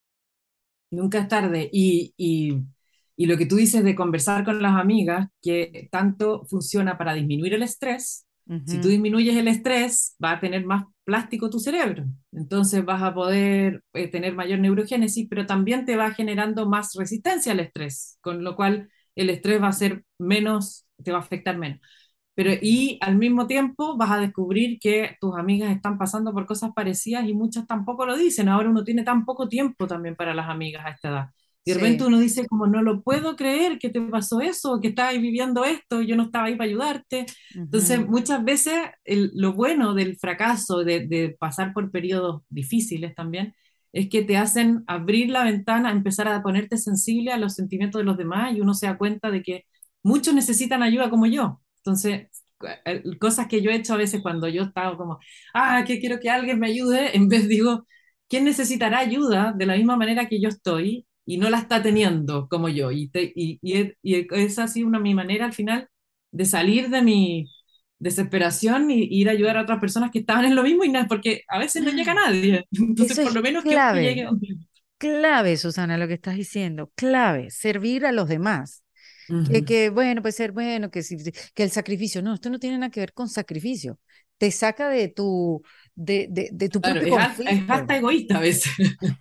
Nunca es tarde. Y, y, y lo que tú dices de conversar con las amigas, que tanto funciona para disminuir el estrés, si tú
Ujú,
disminuyes el estrés, va a tener más plástico tu cerebro. Entonces vas a poder eh, tener mayor neurogénesis, pero también te va generando más resistencia al estrés, con lo cual el estrés va a ser menos, te va a afectar menos. Pero
ujú.
y al mismo tiempo vas a descubrir que tus amigas están pasando por cosas parecidas y muchas tampoco lo dicen. Ahora uno tiene tan poco tiempo también para las amigas a esta edad. Y de repente
Sí.
uno dice como no lo puedo creer que te pasó eso, que estabas viviendo esto, yo no estaba ahí para ayudarte. Entonces
Ujú.
muchas veces el- lo bueno del fracaso, de, de pasar por periodos difíciles también, es que te hacen abrir la ventana, empezar a ponerte sensible a los sentimientos de los demás y uno se da cuenta de que muchos necesitan ayuda como yo. Entonces, eh, cosas que yo he hecho a veces cuando yo estaba como, ah, que quiero que alguien me ayude, en vez digo, ¿quién necesitará ayuda de la misma manera que yo estoy y no la está teniendo como yo? Y, te, y, y, es- y esa ha sido una, mi manera al final de salir de mi desesperación y, y ir a ayudar a otras personas que estaban en lo mismo y nada, porque a veces no llega nadie. Entonces,
Eso
por
es
lo menos que uno
clave,
llegue a donde...
clave, Susana, lo que estás diciendo, clave, servir a los demás. Que,
Ujú.
que bueno, puede ser bueno, que, si- que el sacrificio, no, esto no tiene nada que ver con sacrificio. Te saca de tu, de, de, de tu
Claro,
propio
es, al- es
conflicto.
hasta egoísta a veces.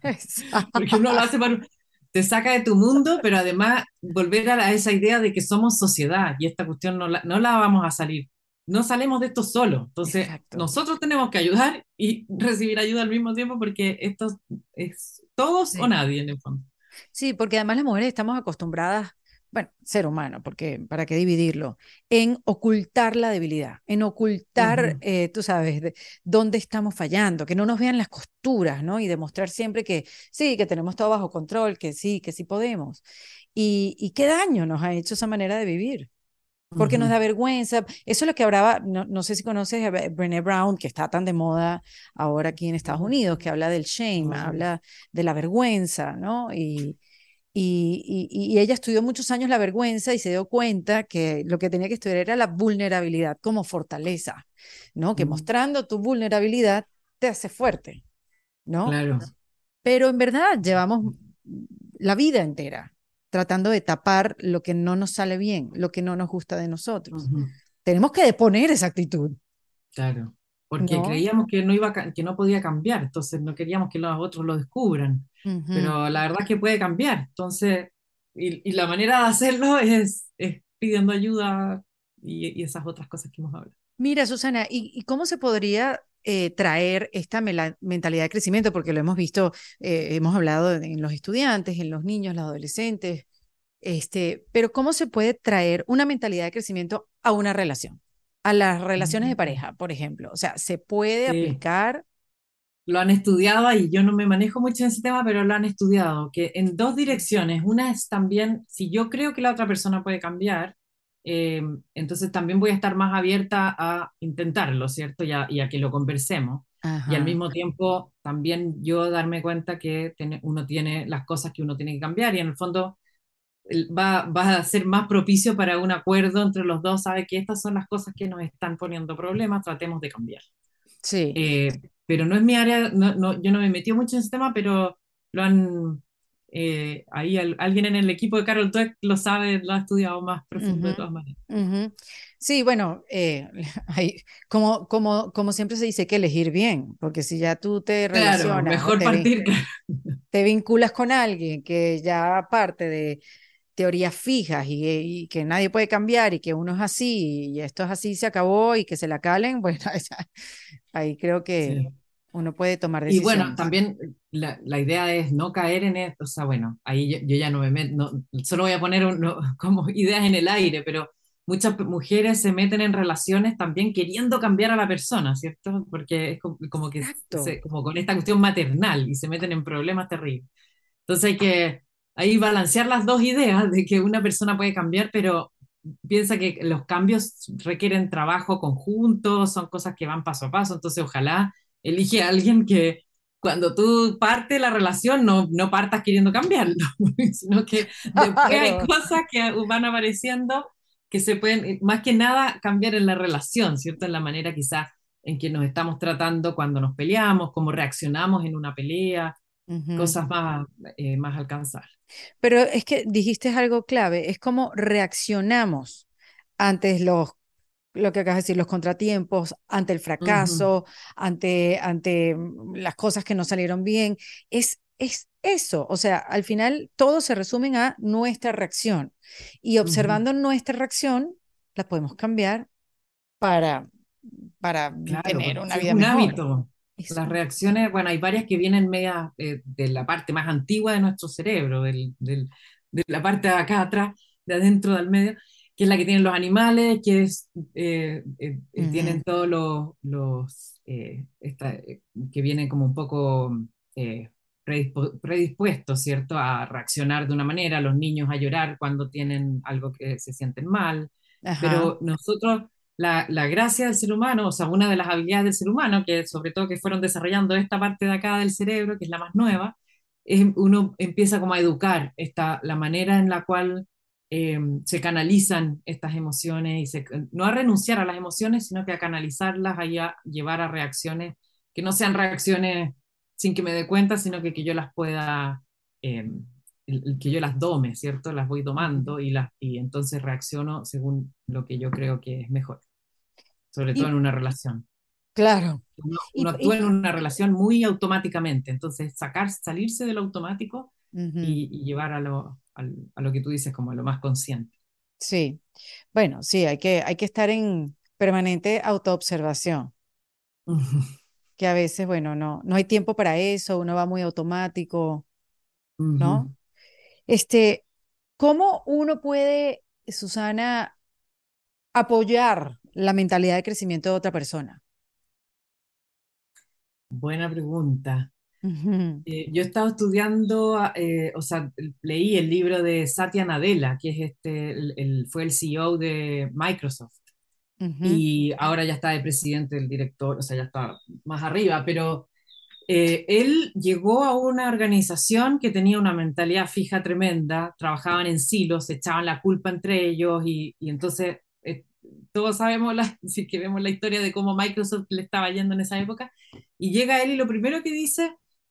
Porque uno lo
Exacto.
hace para, te saca de tu mundo, pero además volver a, la- a esa idea de que somos sociedad y esta cuestión no la, no la vamos a salir. No salimos de esto solo. Entonces,
Exacto.
nosotros tenemos que ayudar y recibir ayuda al mismo tiempo porque esto es todos o
Sí.
nadie en el fondo.
Sí, porque además las mujeres estamos acostumbradas, bueno, ser humano, porque para qué dividirlo, en ocultar la debilidad, en ocultar,
Ujú,
eh, tú sabes, de- dónde estamos fallando, que no nos vean las costuras, ¿no? Y demostrar siempre que sí, que tenemos todo bajo control, que sí, que sí podemos. Y, y qué daño nos ha hecho esa manera de vivir. Porque nos
ujú,
da vergüenza. Eso es lo que hablaba, no, no sé si conoces a Bre- Brené Brown, que está tan de moda ahora aquí en Estados
ujú,
Unidos, que habla del shame,
ujú,
habla de la vergüenza, ¿no? Y, y, y, y ella estudió muchos años la vergüenza y se dio cuenta que lo que tenía que estudiar era la vulnerabilidad como fortaleza, ¿no? Que
ujú.
mostrando tu vulnerabilidad te hace fuerte, ¿no?
Claro.
Pero en verdad llevamos la vida entera. tratando de tapar lo que no nos sale bien, lo que no nos gusta de nosotros.
Ujú.
Tenemos que deponer esa actitud,
Claro, porque
¿no?
creíamos que no iba a ca- que no podía cambiar, entonces no queríamos que los otros lo descubran,
Ujú.
pero la verdad es que puede cambiar, entonces, y, y la manera de hacerlo es, es pidiendo ayuda y, y esas otras cosas que hemos hablado.
Mira, Susana, ¿y, y cómo se podría eh, traer esta mela- mentalidad de crecimiento? Porque lo hemos visto, eh, hemos hablado en en los estudiantes, en los niños, los adolescentes, este, pero ¿cómo se puede traer una mentalidad de crecimiento a una relación? A las relaciones de
Mm.
pareja, por ejemplo. O sea, ¿se puede
Sí,
aplicar?
lo han estudiado y yo no me manejo mucho en ese tema, pero lo han estudiado, que en dos direcciones. Una es también, si yo creo que la otra persona puede cambiar, eh, entonces también voy a estar más abierta a intentarlo, ¿cierto? Y a, y a que lo conversemos. Y al
Ajá,
mismo tiempo también yo darme cuenta que tiene- uno tiene las cosas que uno tiene que cambiar y en el fondo el- va, va a ser más propicio para un acuerdo entre los dos, sabe que estas son las cosas que nos están poniendo problemas, tratemos de cambiar.
sí.
Eh, pero no es mi área, no, no, yo no me metí mucho en ese tema, pero lo han, eh, ahí al- alguien en el equipo de Carol Dweck lo sabe, lo ha estudiado más profundo de
Ujú,
todas maneras.
ujú. Sí, bueno, eh, hay- como, como, como siempre se dice, hay que elegir bien, porque si ya tú te
Claro,
relacionas o
mejor
te, vin-
partir, claro.
te vinculas con alguien que ya parte de teorías fijas y, y que nadie puede cambiar y que uno es así y esto es así, se acabó y que se la calen, bueno, esa- ahí creo que
Sí.
uno puede tomar
Y bueno,
decisiones.
también la, la idea es no caer en esto, o sea, bueno, ahí yo, yo ya no me meto, no, solo voy a poner un- no, como ideas en el aire, pero muchas p- mujeres se meten en relaciones también queriendo cambiar a la persona, ¿cierto? Porque es como, como que
Exacto.
se, como con esta cuestión maternal y se meten en problemas terribles. Entonces hay que ahí balancear las dos ideas de que una persona puede cambiar, pero piensa que los cambios requieren trabajo conjunto, son cosas que van paso a paso, entonces ojalá elige a alguien que cuando tú partes la relación no, no partas queriendo cambiarlo, sino que después hay
Claro.
cosas que van apareciendo que se pueden, más que nada, cambiar en la relación, ¿cierto? En la manera quizás en que nos estamos tratando cuando nos peleamos, cómo reaccionamos en una pelea,
Ujú.
cosas más, eh, más alcanzar.
Pero es que dijiste algo clave, es como reaccionamos ante los, lo que acabas de decir, los contratiempos, ante el
Ujú,
fracaso, ante, ante mm, las cosas que no salieron bien. Es, es eso, o sea, al final todo se resume a nuestra reacción y
ujú.
observando nuestra reacción, la podemos cambiar para, para
Claro,
tener
porque
una
si es
vida
un
mejor.
hábito,
Es
las
un-
reacciones, bueno, hay varias que vienen media eh, de la parte más antigua de nuestro cerebro, del, del- de la parte de acá atrás, de adentro del medio, que es la que tienen los animales, que es, eh, eh, eh,
Ujú,
tienen todos los, los eh, esta- eh, que vienen como un poco eh, predispo- predispuestos, ¿cierto?, a reaccionar de una manera, los niños a llorar cuando tienen algo que se sienten mal,
ajá,
pero nosotros la, la gracia del ser humano, o sea, una de las habilidades del ser humano, que sobre todo que fueron desarrollando esta parte de acá del cerebro, que es la más nueva, es uno empieza como a educar esta, la manera en la cual eh, se canalizan estas emociones y se, no a renunciar a las emociones, sino que a canalizarlas y a llevar a reacciones que no sean reacciones sin que me dé cuenta, sino que, que yo las pueda, eh, que yo las dome, ¿cierto? Las voy
ujú.
domando y, las, y entonces reacciono según lo que yo creo que es mejor, sobre todo
Y
en una relación.
claro,
Uno,
y,
uno actúa
y-
en una relación muy automáticamente, entonces sacar, salirse del automático
ujú,
y, y llevar a lo, al- a lo que tú dices como a lo más consciente.
sí. Bueno, sí, hay que, hay que estar en permanente autoobservación, que a veces, bueno, no, no hay tiempo para eso, uno va muy automático,
Ujú.
¿no? Este, ¿cómo uno puede, Susana, apoyar la mentalidad de crecimiento de otra persona?
Buena pregunta.
Ujú,
Eh, yo he estado estudiando, eh, o sea, leí el libro de Satya Nadella, que es este, el- el- fue el C E O de Microsoft.
ujú,
Y ahora ya está de presidente, del director, o sea, ya está más arriba, pero eh, él llegó a una organización que tenía una mentalidad fija tremenda, trabajaban en silos, se echaban la culpa entre ellos y, y entonces eh, todos sabemos, la, si que vemos la historia de cómo Microsoft le estaba yendo en esa época, y llega él y lo primero que dice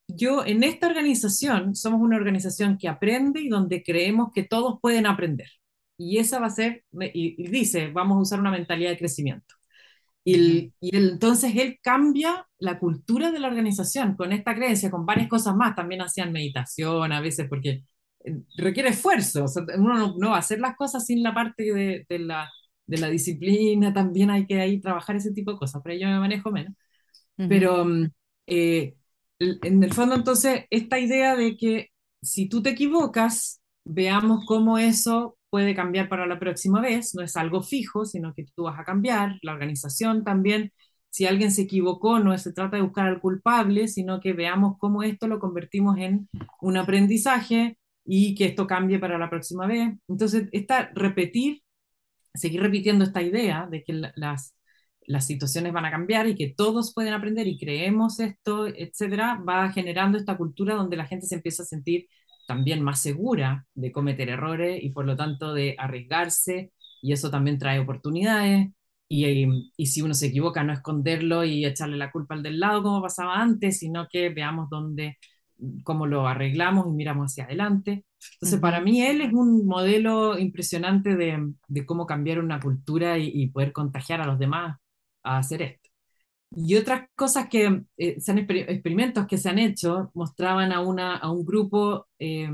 yo en esta organización somos una organización que aprende y donde creemos que todos pueden aprender. Y esa va a ser, y, y dice, vamos a usar una mentalidad de crecimiento. Y,
Ujú.
el- y el- entonces él cambia la cultura de la organización con esta creencia, con varias cosas más. También hacían meditación a veces porque eh, requiere esfuerzo. O sea, uno no, no va a hacer las cosas sin la parte de, de la, de la disciplina. También hay que ahí trabajar ese tipo de cosas, pero yo me manejo menos.
Ujú.
Pero mm, eh, el- en el fondo entonces esta idea de que si tú te equivocas, veamos cómo eso puede cambiar para la próxima vez, no es algo fijo, sino que tú vas a cambiar, la organización también, si alguien se equivocó, no se trata de buscar al culpable, sino que veamos cómo esto lo convertimos en un aprendizaje y que esto cambie para la próxima vez. Entonces, esta, repetir, seguir repitiendo esta idea de que la- las, las situaciones van a cambiar y que todos pueden aprender y creemos esto, etcétera, va generando esta cultura donde la gente se empieza a sentir también más segura de cometer errores y por lo tanto de arriesgarse, y eso también trae oportunidades. Y, y si uno se equivoca, no esconderlo y echarle la culpa al del lado como pasaba antes, sino que veamos dónde, cómo lo arreglamos y miramos hacia adelante. Entonces, para
Ujú.
mí él es un modelo impresionante de, de cómo cambiar una cultura y, y poder contagiar a los demás a hacer esto. Y otras cosas que eh, se han exper- experimentos que se han hecho mostraban a, una, a un grupo eh,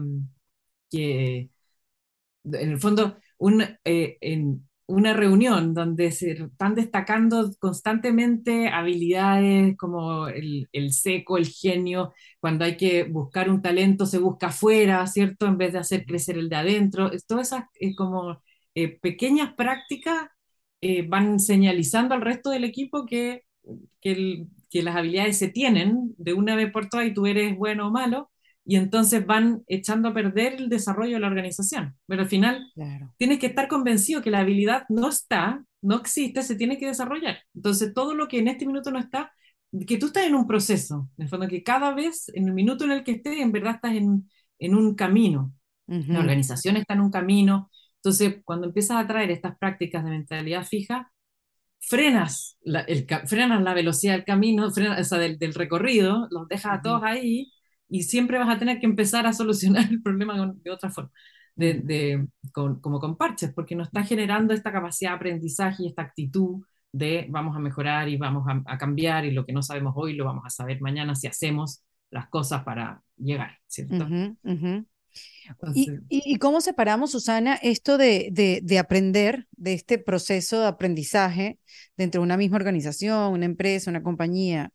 que en el fondo, un, eh, en una reunión donde se están destacando constantemente habilidades como el, el seco, el genio, cuando hay que buscar un talento se busca afuera, ¿cierto? En vez de hacer crecer el de adentro. Es- Todas esas eh, como eh, pequeñas prácticas eh, van señalizando al resto del equipo que, que, el- que las habilidades se tienen de una vez por todas y tú eres bueno o malo, y entonces van echando a perder el desarrollo de la organización. Pero al final
Claro.
tienes que estar convencido que la habilidad no está, no existe, se tiene que desarrollar. Entonces todo lo que en este minuto no está, que tú estás en un proceso, en el fondo que cada vez, en el minuto en el que estés, en verdad estás en, en un camino. La
Ujú.
organización está en un camino. Entonces, cuando empiezas a traer estas prácticas de mentalidad fija, frenas la, el, frenas la velocidad del camino, frenas, o sea, del, del, recorrido, los dejas a
Ujú.
todos ahí y siempre vas a tener que empezar a solucionar el problema con, de otra forma, de,
Ujú.
de, con, como con parches, porque no está generando esta capacidad de aprendizaje y esta actitud de vamos a mejorar y vamos a, a cambiar y lo que no sabemos hoy lo vamos a saber mañana si hacemos las cosas para llegar, ¿cierto?
Ujú. Ujú. ¿Y,
Entonces,
y, y cómo separamos, Susana, esto de, de, de aprender, de este proceso de aprendizaje dentro de una misma organización, una empresa, una compañía,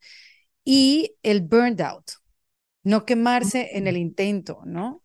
y el burned out? No quemarse en el intento, ¿no?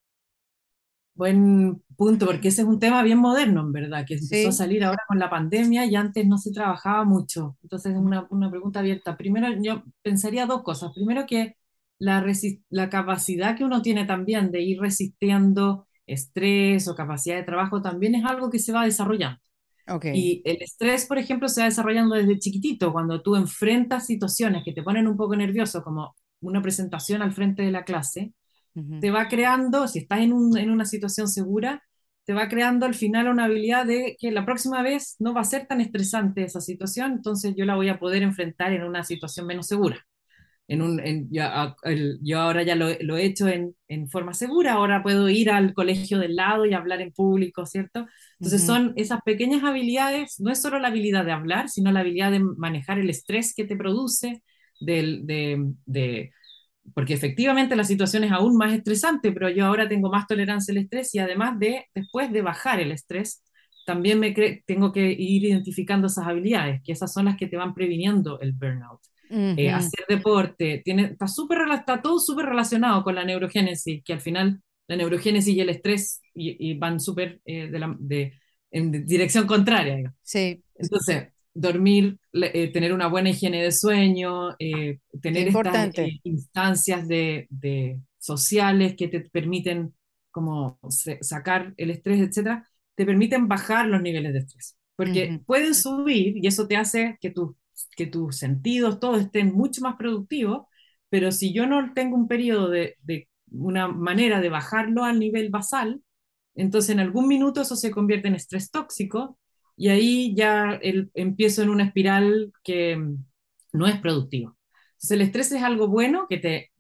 buen punto, porque ese es un tema bien moderno, en verdad, que empezó a
Sí.
salir ahora con la pandemia y antes no se trabajaba mucho. Entonces es
Ujú.
una, una pregunta abierta. Primero, yo pensaría dos cosas. Primero, que la, resi- la capacidad que uno tiene también de ir resistiendo estrés o capacidad de trabajo también es algo que se va desarrollando.
Ok.
Y el estrés, por ejemplo, se va desarrollando desde chiquitito, cuando tú enfrentas situaciones que te ponen un poco nervioso, como una presentación al frente de la clase,
Ujú.
te va creando, si estás en, un, en una situación segura, te va creando al final una habilidad de que la próxima vez no va a ser tan estresante esa situación, entonces yo la voy a poder enfrentar en una situación menos segura. En un, en, yo, a- el- yo ahora ya lo, lo he hecho en, en forma segura, ahora puedo ir al colegio del lado y hablar en público, ¿cierto? Entonces
Ujú.
son esas pequeñas habilidades, no es solo la habilidad de hablar, sino la habilidad de manejar el estrés que te produce, del, de, de porque efectivamente la situación es aún más estresante, pero yo ahora tengo más tolerancia al estrés y además de, después de bajar el estrés, también me tengo que ir identificando esas habilidades, que esas son las que te van previniendo el burnout. Eh,
Ujú.
hacer deporte, tiene, está, super, está todo súper relacionado con la neurogénesis, que al final la neurogénesis y el estrés y, y van súper eh, de la, de, en dirección contraria. Digamos.
Sí,
Entonces, dormir, eh, tener una buena higiene de sueño, eh,
qué
tener estas eh,
importante.
instancias de, de sociales que te permiten como se- sacar el estrés, etcétera, te permiten bajar los niveles de estrés. Porque
Ujú.
pueden subir y eso te hace que, tu, que tus sentidos, todos estén mucho más productivos, pero si yo no tengo un periodo de, de una manera de bajarlo al nivel basal, entonces en algún minuto eso se convierte en estrés tóxico y ahí ya el, empiezo en una espiral que mm, no es productiva. Entonces el estrés es algo bueno que te,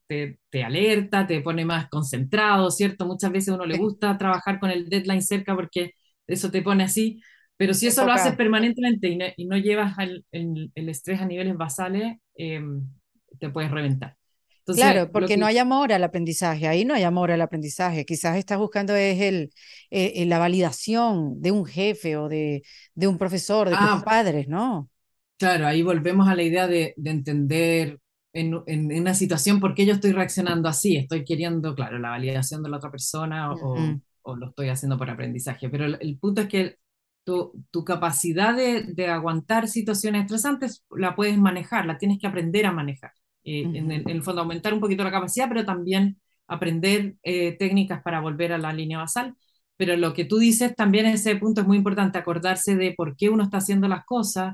te, te alerta, te pone más concentrado, ¿cierto? Muchas veces a uno le
Sí,
gusta trabajar con el deadline cerca porque eso te pone así, pero si eso lo haces
enfocado.
permanentemente y no, y no llevas al- el, el estrés a niveles basales, eh, te puedes reventar. Entonces,
Claro,
lo
porque no
que...
hay amor al aprendizaje, ahí no hay amor al aprendizaje. Quizás estás buscando es el, eh, eh, la validación de un jefe o de, de un profesor, de tus
Ah,
padres, ¿no?
claro, ahí volvemos a la idea de, de entender en, en- en una situación por qué yo estoy reaccionando así. Estoy queriendo, claro, la validación de la otra persona o,
Ujú,
o lo estoy haciendo por aprendizaje. Pero el, el punto es que tu, tu capacidad de, de aguantar situaciones estresantes la puedes manejar, la tienes que aprender a manejar. Eh, en, el,
ujú,
en el fondo, aumentar un poquito la capacidad, pero también aprender eh, técnicas para volver a la línea basal. Pero lo que tú dices también, ese punto es muy importante, acordarse de por qué uno está haciendo las cosas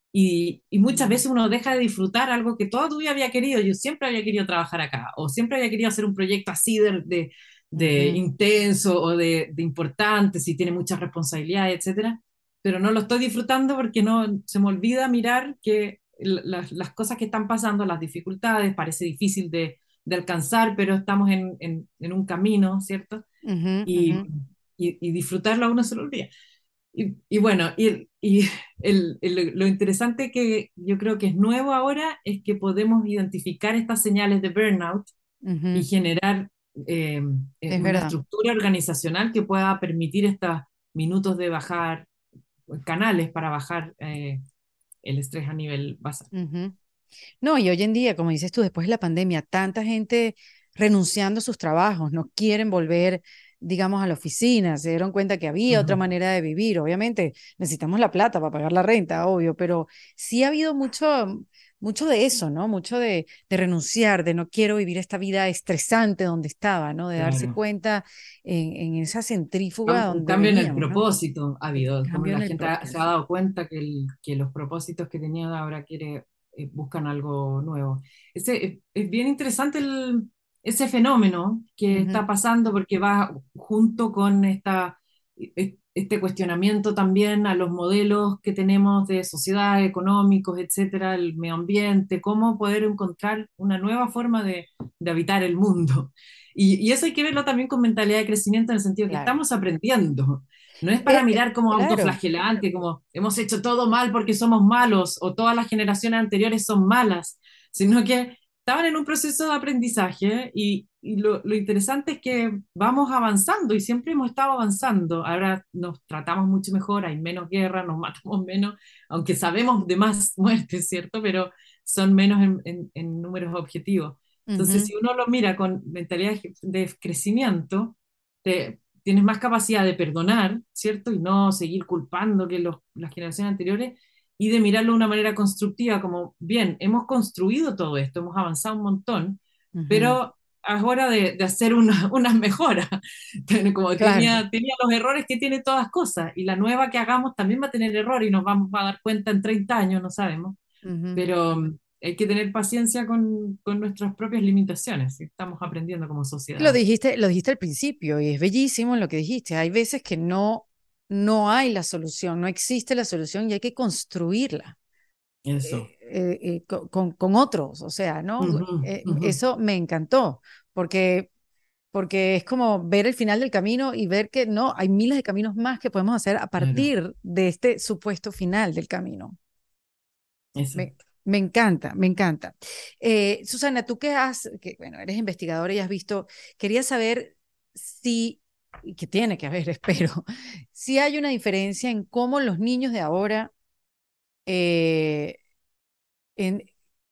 y, y muchas
ujú,
veces uno deja de disfrutar algo que toda tu vida había querido. Yo siempre había querido trabajar acá, o siempre había querido hacer un proyecto así de, de, de
ujú.
intenso o de, de importante, si tiene muchas responsabilidades, etcétera. Pero no lo estoy disfrutando porque no se me olvida mirar que las, las cosas que están pasando, las dificultades, parece difícil de, de alcanzar, pero estamos en, en, en un camino, ¿cierto?
Ujú, ujú,
Y, y, y disfrutarlo a uno se lo olvida. Y, y bueno, y, y el, el- lo interesante que yo creo que es nuevo ahora es que podemos identificar estas señales de burnout y
ujú.
generar eh, eh,
Es
una
verdad.
estructura organizacional que pueda permitir estos minutos de bajar, canales para bajar eh, el estrés a nivel basal.
Ujú. No, y hoy en día, como dices tú, después de la pandemia, tanta gente renunciando a sus trabajos, no quieren volver, digamos, a la oficina, se dieron cuenta que había otra
Ujú.
manera de vivir. Obviamente, necesitamos la plata para pagar la renta, obvio, pero sí ha habido mucho, mucho de eso, ¿no? Mucho de, de renunciar, de no quiero vivir esta vida estresante donde estaba, ¿no? De darse
Claro.
cuenta en, en esa centrífuga
Cam- Un
donde
cambio en el
veníamos, ¿no?
propósito ha habido, como
Cambio
la
en el
gente ha- se ha
propósito.
dado cuenta que, el- que los propósitos que tenían ahora quiere, eh, buscan algo nuevo. Ese, es, es bien interesante el- ese fenómeno que
Ujú,
está pasando porque va junto con esta, e- este cuestionamiento también a los modelos que tenemos de sociedad, económicos, etcétera, el medio ambiente, cómo poder encontrar una nueva forma de, de habitar el mundo. Y, y eso hay que verlo también con mentalidad de crecimiento en el sentido que
claro.
estamos aprendiendo. No es para
Eh, eh,
mirar como
claro.
autoflagelante, como hemos hecho todo mal porque somos malos o todas las generaciones anteriores son malas, sino que estaban en un proceso de aprendizaje y, y lo, lo interesante es que vamos avanzando y siempre hemos estado avanzando. Ahora nos tratamos mucho mejor, hay menos guerra, nos matamos menos, aunque sabemos de más muertes, ¿cierto? Pero son menos en, en, en números objetivos. Entonces,
Ujú,
si uno lo mira con mentalidad de crecimiento, te, tienes más capacidad de perdonar, ¿cierto? Y no seguir culpando que los, las generaciones anteriores y de mirarlo de una manera constructiva, como, bien, hemos construido todo esto, hemos avanzado un montón,
ujú.
pero es hora de, de hacer una, unas mejoras. Como
Claro.
tenía, tenía los errores que tiene todas cosas, y la nueva que hagamos también va a tener error y nos vamos a dar cuenta en treinta años, no sabemos,
Ujú.
pero mm, hay que tener paciencia con, con nuestras propias limitaciones, si estamos aprendiendo como
Lo
sociedad.
dijiste, lo dijiste al principio y es bellísimo en lo que dijiste. Hay veces que no, no hay la solución, no existe la solución y hay que construirla
Eso.
eh, eh, eh, co- con, con otros. O sea, ¿no?
Ujú,
Eh,
ujú.
eso me encantó porque, porque es como ver el final del camino y ver que no, hay miles de caminos más que podemos hacer a
Claro,
partir de este supuesto final del camino.
eso.
Me, me encanta, me encanta. Eh, Susana, tú que has, que bueno, eres investigadora y has visto, quería saber si, y que tiene que haber, espero, si hay una diferencia en cómo los niños de ahora eh, en-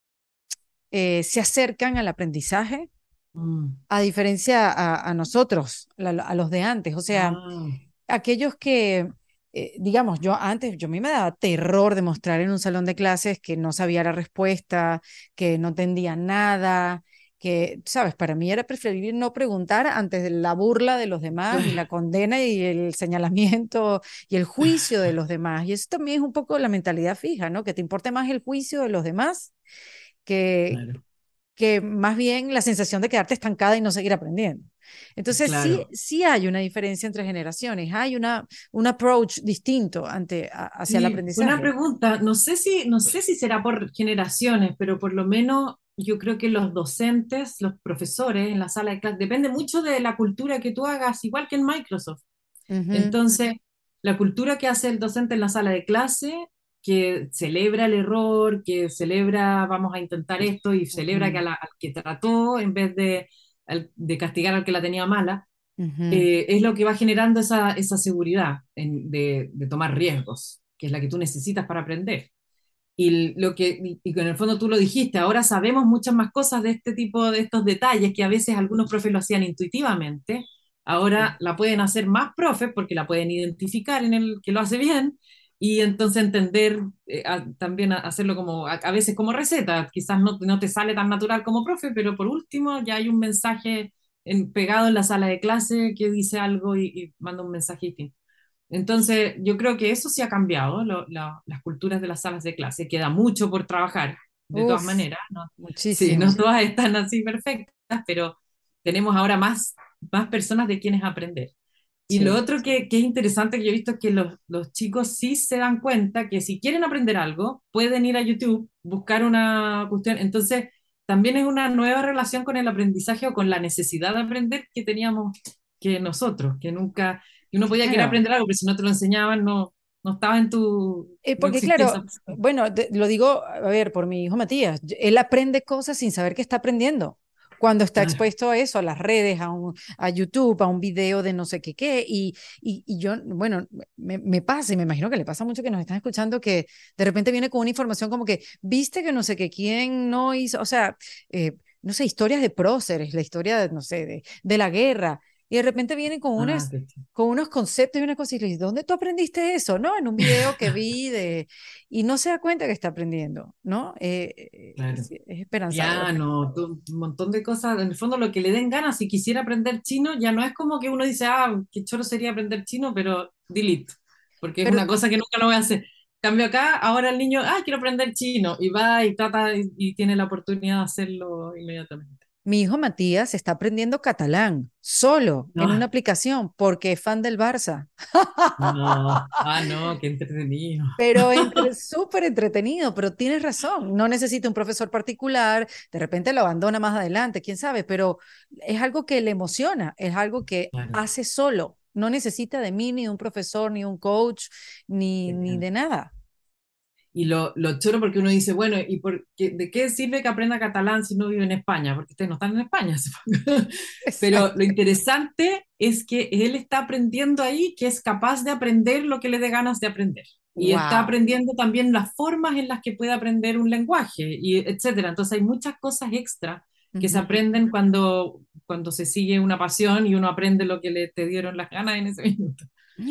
eh, se acercan al aprendizaje,
Mm.
a diferencia a, a nosotros, a, a los de antes. O sea,
Ah,
aquellos que, eh, digamos, yo antes, yo a mí me daba terror demostrar en un salón de clases que no sabía la respuesta, que no entendía nada, que, sabes, para mí era preferible no preguntar antes de la burla de los demás y la
claro,
condena y el señalamiento y el juicio de los demás. Y eso también es un poco la mentalidad fija, ¿no? Que te importe más el juicio de los demás que,
claro,
que más bien la sensación de quedarte estancada y no seguir aprendiendo. Entonces, sí,
claro.
sí hay una diferencia entre generaciones, hay una, un approach distinto ante, a- hacia el
Sí, buena
aprendizaje.
pregunta. No sé si, no sé si será por generaciones, pero por lo menos yo creo que los docentes, los profesores en la sala de clase, depende mucho de la cultura que tú hagas, igual que en Microsoft.
Ujú,
Entonces, la cultura que hace el docente en la sala de clase, que celebra el error, que celebra, vamos a intentar esto, y celebra que
ujú,
a la- al que trató, en vez de, al- de castigar al que la tenía mala,
ujú.
eh, es lo que va generando esa, esa seguridad en- de, de tomar riesgos, que es la que tú necesitas para aprender. Y lo que, y y que en el fondo tú lo dijiste, ahora sabemos muchas más cosas de este tipo, de estos detalles que a veces algunos profes lo hacían intuitivamente, ahora la pueden hacer más profes porque la pueden identificar en el que lo hace bien y entonces entender, eh, a- también a- hacerlo como, a, a veces como receta, quizás no, no te sale tan natural como profe, pero por último ya hay un mensaje en- pegado en la sala de clase que dice algo y, y manda un mensaje distinto. Entonces, yo creo que eso sí ha cambiado, lo- la- las culturas de las salas de clase. Queda mucho por trabajar, de todas
Uf,
maneras, ¿no? Sí, no
muchísimo.
todas están así perfectas, pero tenemos ahora más, más personas de quienes aprender. Y lo
Sí.
otro que, que es interesante que yo he visto es que los, los chicos sí se dan cuenta que si quieren aprender algo, pueden ir a YouTube, buscar una cuestión. Entonces, también es una nueva relación con el aprendizaje o con la necesidad de aprender que teníamos que nosotros, que nunca, que uno podía querer
Claro.
aprender algo, pero si no te lo enseñaban, no, no estaba en tu,
Eh,
no
porque
existía esa
claro,
opción.
bueno, te- lo digo, a ver, por mi hijo Matías, yo- él aprende cosas sin saber que está aprendiendo. Cuando está
Claro.
expuesto a eso, a las redes, a, un, a YouTube, a un video de no sé qué qué, y, y, y yo, bueno, me, me pasa, y me imagino que le pasa mucho que nos están escuchando, que de repente viene con una información como que, viste que no sé qué quién no hizo, o sea, eh, no sé, historias de próceres, la historia, de, no sé, de, de la guerra, y de repente vienen con
Ah,
unas
qué chido.
con unos conceptos y una cosa, y le dices, ¿dónde tú aprendiste eso? ¿No? En un video que vi de, y no se da cuenta que está aprendiendo, ¿no? Eh, eh,
Claro.
es, es esperanzador.
Piano, tu- un montón de cosas. En el fondo, lo que le den ganas, si quisiera aprender chino, ya no es como que uno dice, ah, qué choro sería aprender chino, pero delete, porque es
Pero
una cosa que nunca lo voy a hacer. Cambio acá, ahora el niño, ah, quiero aprender chino, y va y trata y, y tiene la oportunidad de hacerlo inmediatamente.
mi hijo Matías está aprendiendo catalán solo en una
No,
aplicación porque es fan del Barça.
no, ah, no, qué entretenido.
Pero entre súper entretenido, pero tienes razón, no necesita un profesor particular, de repente lo abandona más adelante, quién sabe, pero es algo que le emociona, es algo que
Claro,
hace solo, no necesita de mí, ni de un profesor, ni un coach, ni, ni
genial.
de nada.
Y lo, lo choro porque uno dice, bueno, ¿y por qué, de qué sirve que aprenda catalán si no vive en España? Porque ustedes no están en España, supongo. Pero lo
Exacto.
interesante es que él está aprendiendo ahí que es capaz de aprender lo que le dé ganas de aprender. Y está
Wow.
aprendiendo también las formas en las que puede aprender un lenguaje, y etcétera. Entonces hay muchas cosas extra que se aprenden cuando, cuando se sigue una pasión y uno aprende lo que le te dieron las ganas en ese minuto.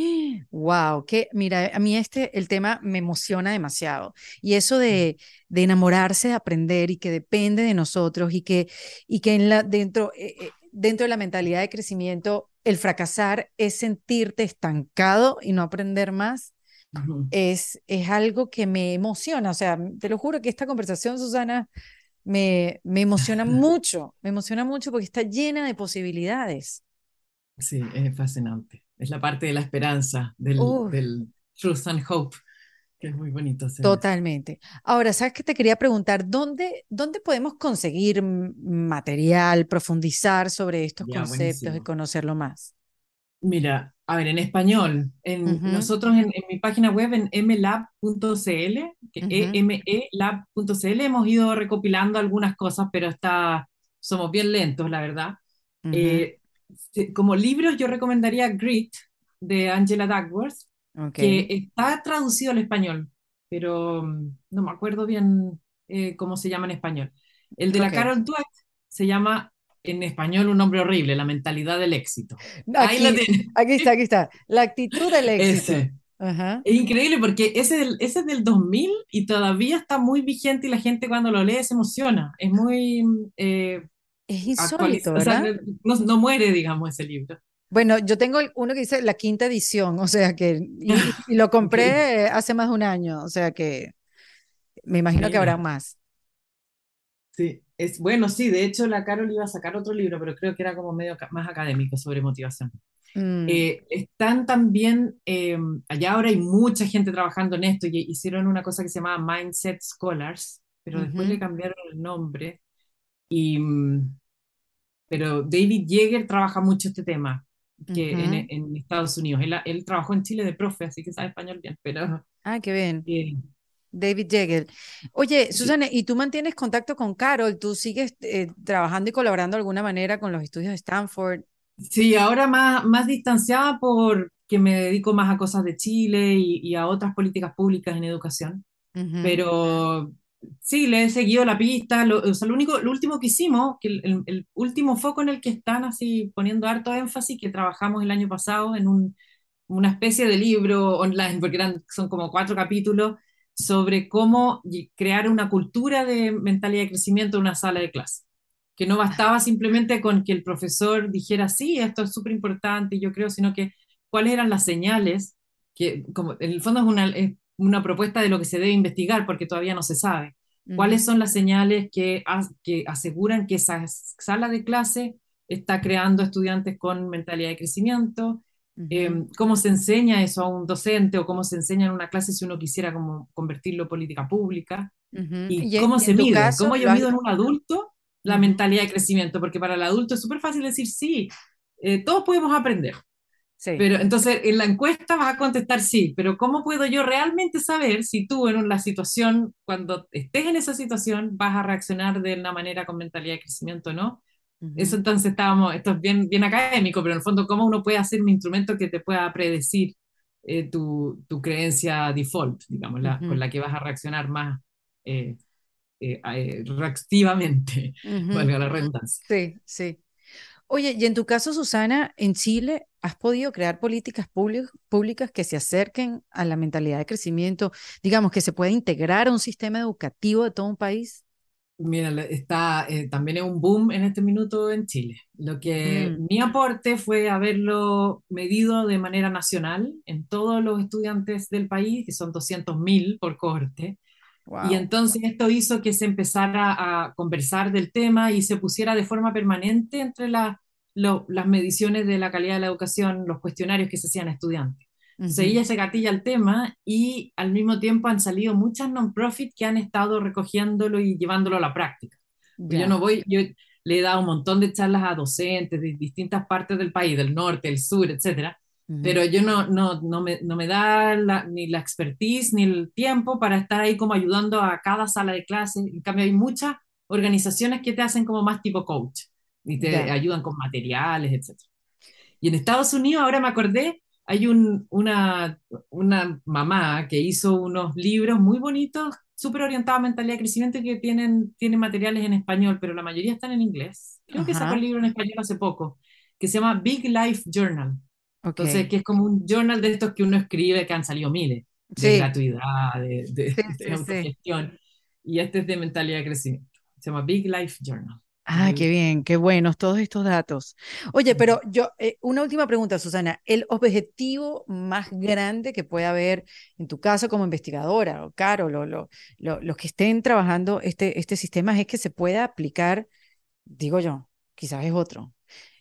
Wow, que mira, a mí este, el tema me emociona demasiado. Y eso de, de enamorarse, de aprender y que depende de nosotros y que, y que en la, dentro, eh, eh, dentro de la mentalidad de crecimiento, el fracasar es sentirte estancado y no aprender más,
Ujú.
es, es algo que me emociona. O sea, te lo juro que esta conversación, Susana, me, me emociona mucho, me emociona mucho porque está llena de posibilidades.
Sí, es fascinante. Es la parte de la esperanza, del,
Uf.
del truth and hope, que es muy bonito hacer eso.
Totalmente. Ahora, ¿sabes qué te quería preguntar? ¿Dónde, dónde podemos conseguir m- material, profundizar sobre estos
Ya,
conceptos y
buenísimo.
conocerlo más?
Mira, a ver, en español, en,
Ujú,
nosotros en, en mi página web en emlab punto cl, que
ujú,
emelab punto cl, hemos ido recopilando algunas cosas, pero está, somos bien lentos, la verdad.
ujú.
Eh, sí, como libros, yo recomendaría Grit de Angela Duckworth, que
Ok,
está traducido al español, pero mm, no me acuerdo bien eh, cómo se llama en español. El de la
ok.
Carol Dweck se llama en español un nombre horrible, La mentalidad del éxito. Ahí la
Aquí,
tiene.
aquí está, aquí está. La actitud del éxito.
Ese.
Ajá.
Es increíble porque ese, del- ese es del dos mil y todavía está muy vigente y la gente cuando lo lee se emociona. Es muy eh,
Es insólito,
actualizado, o sea,
¿verdad?
no, no muere, digamos, ese libro.
Bueno, yo tengo el- uno que dice la quinta edición, o sea que, y, y lo
Increíble.
compré hace más de un año, o sea que me imagino que habrá
Mira.
más.
Sí, es bueno, sí, de hecho la Carol iba a sacar otro libro, pero creo que era como medio ca- más académico sobre motivación.
Mm,
Eh, están también, eh, allá ahora hay mucha gente trabajando en esto y hicieron una cosa que se llamaba Mindset Scholars, pero después le
ujú.
cambiaron el nombre. Y, mm, pero David Yeager trabaja mucho este tema que en,
Ujú.
en Estados Unidos. Él, él trabajó en Chile de profe, así que sabe español bien, pero
Ah, qué bien.
eh,
David Jekyll. Oye,
sí.
Susana, ¿y tú mantienes contacto con Carol? ¿Tú sigues eh, trabajando y colaborando de alguna manera con los estudios de Stanford?
Sí, ahora más, más distanciada porque me dedico más a cosas de Chile y, y a otras políticas públicas en educación.
Ujú,
Pero sí, le he seguido la pista. Lo, o sea, lo único, lo último que hicimos, que el, el- el último foco en el que están así poniendo harto énfasis, que trabajamos el año pasado en un, una especie de libro online, porque eran, son como cuatro capítulos, sobre cómo y- crear una cultura de mentalidad de crecimiento en una sala de clase. Que no bastaba simplemente con que el profesor dijera, sí, esto es súper importante, yo creo, sino que cuáles eran las señales, que como en el fondo es una, es una propuesta de lo que se debe investigar, porque todavía no se sabe. ¿Cuáles
ujú,
son las señales que, as- que aseguran que esa sala de clase está creando estudiantes con mentalidad de crecimiento?
ujú,
Eh, ¿cómo se enseña eso a un docente o cómo se enseña en una clase si uno quisiera como convertirlo en política pública?
ujú.
¿Y
Y, en
cómo
y en
se
tu
mide?
caso,
¿Cómo yo
lo has...
mido en un adulto la
Ujú,
mentalidad de crecimiento? Porque para el adulto es súper fácil decir sí, eh, todos podemos aprender.
sí.
Pero entonces en la encuesta vas a contestar sí, pero ¿cómo puedo yo realmente saber si tú en una situación, cuando estés en esa situación, vas a reaccionar de una manera con mentalidad de crecimiento o no? Eso
Ujú,
entonces estábamos, esto es bien, bien académico, pero en el fondo, ¿cómo uno puede hacer un instrumento que te pueda predecir eh, tu, tu creencia default, digamos, la, con
ujú,
la que vas a reaccionar más eh, eh, eh, reactivamente,
ujú.
valga la redundancia?
Sí, sí. Oye, y en tu caso, Susana, en Chile, ¿has podido crear políticas public- públicas que se acerquen a la mentalidad de crecimiento, digamos, que se pueda integrar a un sistema educativo de todo un país?
Mira, le- está, eh, también es un boom en este minuto en Chile. Lo que
Mm,
mi aporte fue haberlo medido de manera nacional en todos los estudiantes del país, que son doscientos mil por cohorte. Y
wow.
entonces esto hizo que se empezara a conversar del tema y se pusiera de forma permanente entre la- lo- las mediciones de la calidad de la educación, los cuestionarios que se hacían a estudiantes. Entonces ahí
Ujú,
ya se gatilla el tema y al mismo tiempo han salido muchas non-profit que han estado recogiéndolo y llevándolo a la práctica. Pues yo
ya.
no voy, yo le he dado un montón de charlas a docentes de distintas partes del país, del norte, del sur, etcétera,
Ujú,
pero yo no, no, no, me, no me da la- ni la expertise ni el tiempo para estar ahí como ayudando a cada sala de clase. En cambio, hay muchas organizaciones que te hacen como más tipo coach y te
ya.
ayudan con materiales, etcétera. Y en Estados Unidos, ahora me acordé, hay un, una, una mamá que hizo unos libros muy bonitos, súper orientados a mentalidad de crecimiento y que tienen, tienen materiales en español, pero la mayoría están en inglés. Creo que sacó el
Ajá.
libro en español hace poco, que se llama Big Life Journal. Entonces,
Ok.
que es como un journal de estos que uno escribe, que han salido miles, de
Sí,
gratuidad, de, de,
sí,
de
sí, sí.
autogestión. Y este es de mentalidad de crecimiento. Se llama Big Life Journal.
Ah, qué
Muy-
bien, qué buenos todos estos datos. Oye, pero yo, eh, una última pregunta, Susana. ¿El objetivo más grande que puede haber en tu caso como investigadora, o Carol, o lo- lo- los que estén trabajando este, este sistema es que se pueda aplicar, digo yo, quizás es otro,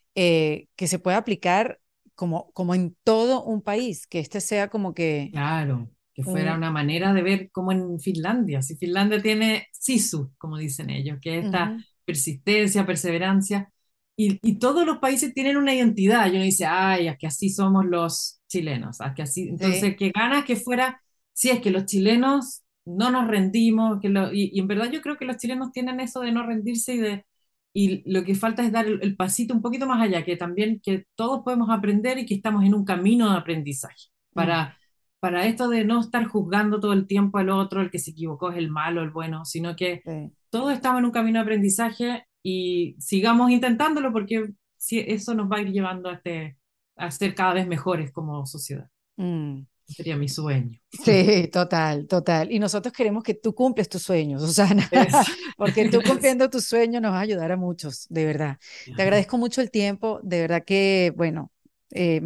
eh, que se pueda aplicar como, como en todo un país, que este sea como que
Claro, que fuera
un...
una manera de ver como en Finlandia. Si Finlandia tiene sisu, como dicen ellos, que es esta
Ujú,
persistencia, perseverancia, y, y todos los países tienen una identidad. Y uno dice, ay, es que así somos los chilenos, es que así.
sí,
Entonces, qué ganas que fuera, si es que los chilenos no nos rendimos, que lo- y, y en verdad yo creo que los chilenos tienen eso de no rendirse y de... Y lo que falta es dar el, el pasito un poquito más allá, que también que todos podemos aprender y que estamos en un camino de aprendizaje
mm,
para para esto de no estar juzgando todo el tiempo al otro, el que se equivocó es el malo, el bueno, sino que
sí.
todos estamos en un camino de aprendizaje y sigamos intentándolo porque si eso nos va a ir llevando a, este, a ser cada vez mejores como sociedad.
Mm.
Sería mi sueño.
Sí, total, total. Y nosotros queremos que tú cumples tus sueños, Susana,
Eso.
porque tú
Gracias.
cumpliendo tus sueños nos va a ayudar a muchos, de verdad. Te agradezco mucho el tiempo, de verdad que, bueno, eh,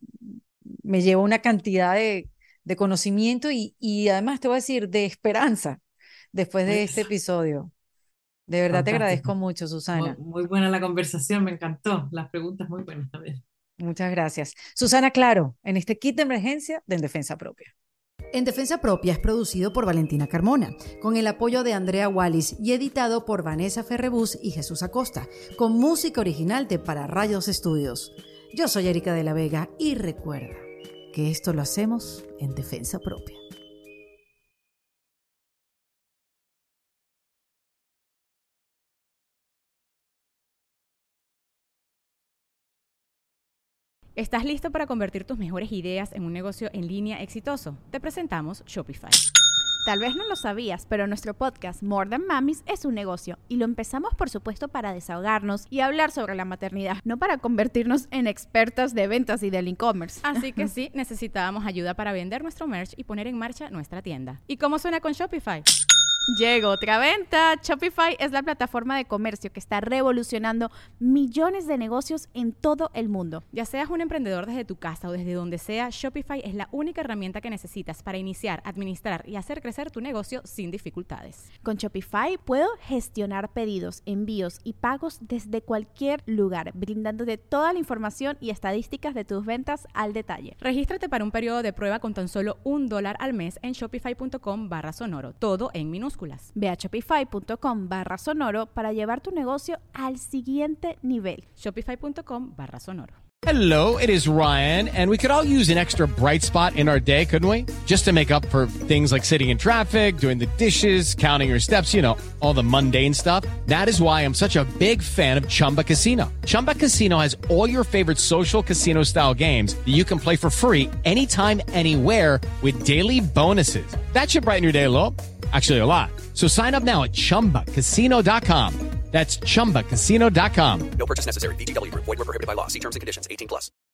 me llevo una cantidad de, de conocimiento y, y además te voy a decir, de esperanza después de este
Eso.
episodio. De verdad te
Fantástico.
agradezco mucho,
Muy,
Susana.
muy buena la conversación, me encantó. Las preguntas muy buenas también.
Muchas gracias. Susana Claro, en este kit de emergencia de En Defensa Propia. En Defensa Propia es producido por Valentina Carmona, con el apoyo de Andrea Wallis y editado por Vanessa Ferrebus y Jesús Acosta, con música original de Para Rayos Estudios. Yo soy Erika de la Vega y recuerda que esto lo hacemos en Defensa Propia.
¿Estás listo para convertir tus mejores ideas en un negocio en línea exitoso? Te presentamos Shopify.
Tal vez no lo sabías, pero nuestro podcast More Than Mamis es un negocio y lo empezamos por supuesto para desahogarnos y hablar sobre la maternidad, no para convertirnos en expertas de ventas y del e-commerce.
Así que sí, necesitábamos ayuda para vender nuestro merch y poner en marcha nuestra tienda. ¿Y cómo suena con Shopify?
Llegó otra venta. Shopify es la plataforma de comercio que está revolucionando millones de negocios en todo el mundo.
Ya seas un emprendedor desde tu casa o desde donde sea, Shopify es la única herramienta que necesitas para iniciar, administrar y hacer crecer tu negocio sin dificultades.
Con Shopify puedo gestionar pedidos, envíos y pagos desde cualquier lugar, brindándote toda la información y estadísticas de tus ventas al detalle.
Regístrate para un periodo de prueba con tan solo un dólar al mes en shopify.com barra sonoro, todo en minúsculas.
Ve a shopify.com barra sonoro para llevar tu negocio al siguiente nivel.
Shopify.com barra sonoro.
Hello, it is Ryan, and we could all use an extra bright spot in our day, couldn't we? Just to make up for things like sitting in traffic, doing the dishes, counting your steps, you know, all the mundane stuff. That is why I'm such a big fan of Chumba Casino. Chumba Casino has all your favorite social casino-style games that you can play for free anytime, anywhere with daily bonuses. That should brighten your day a little. Actually, a lot. So sign up now at chumba casino dot com. That's chumba casino dot com.
No purchase necessary. V G W Group. Void where prohibited by law. See terms and conditions. eighteen plus.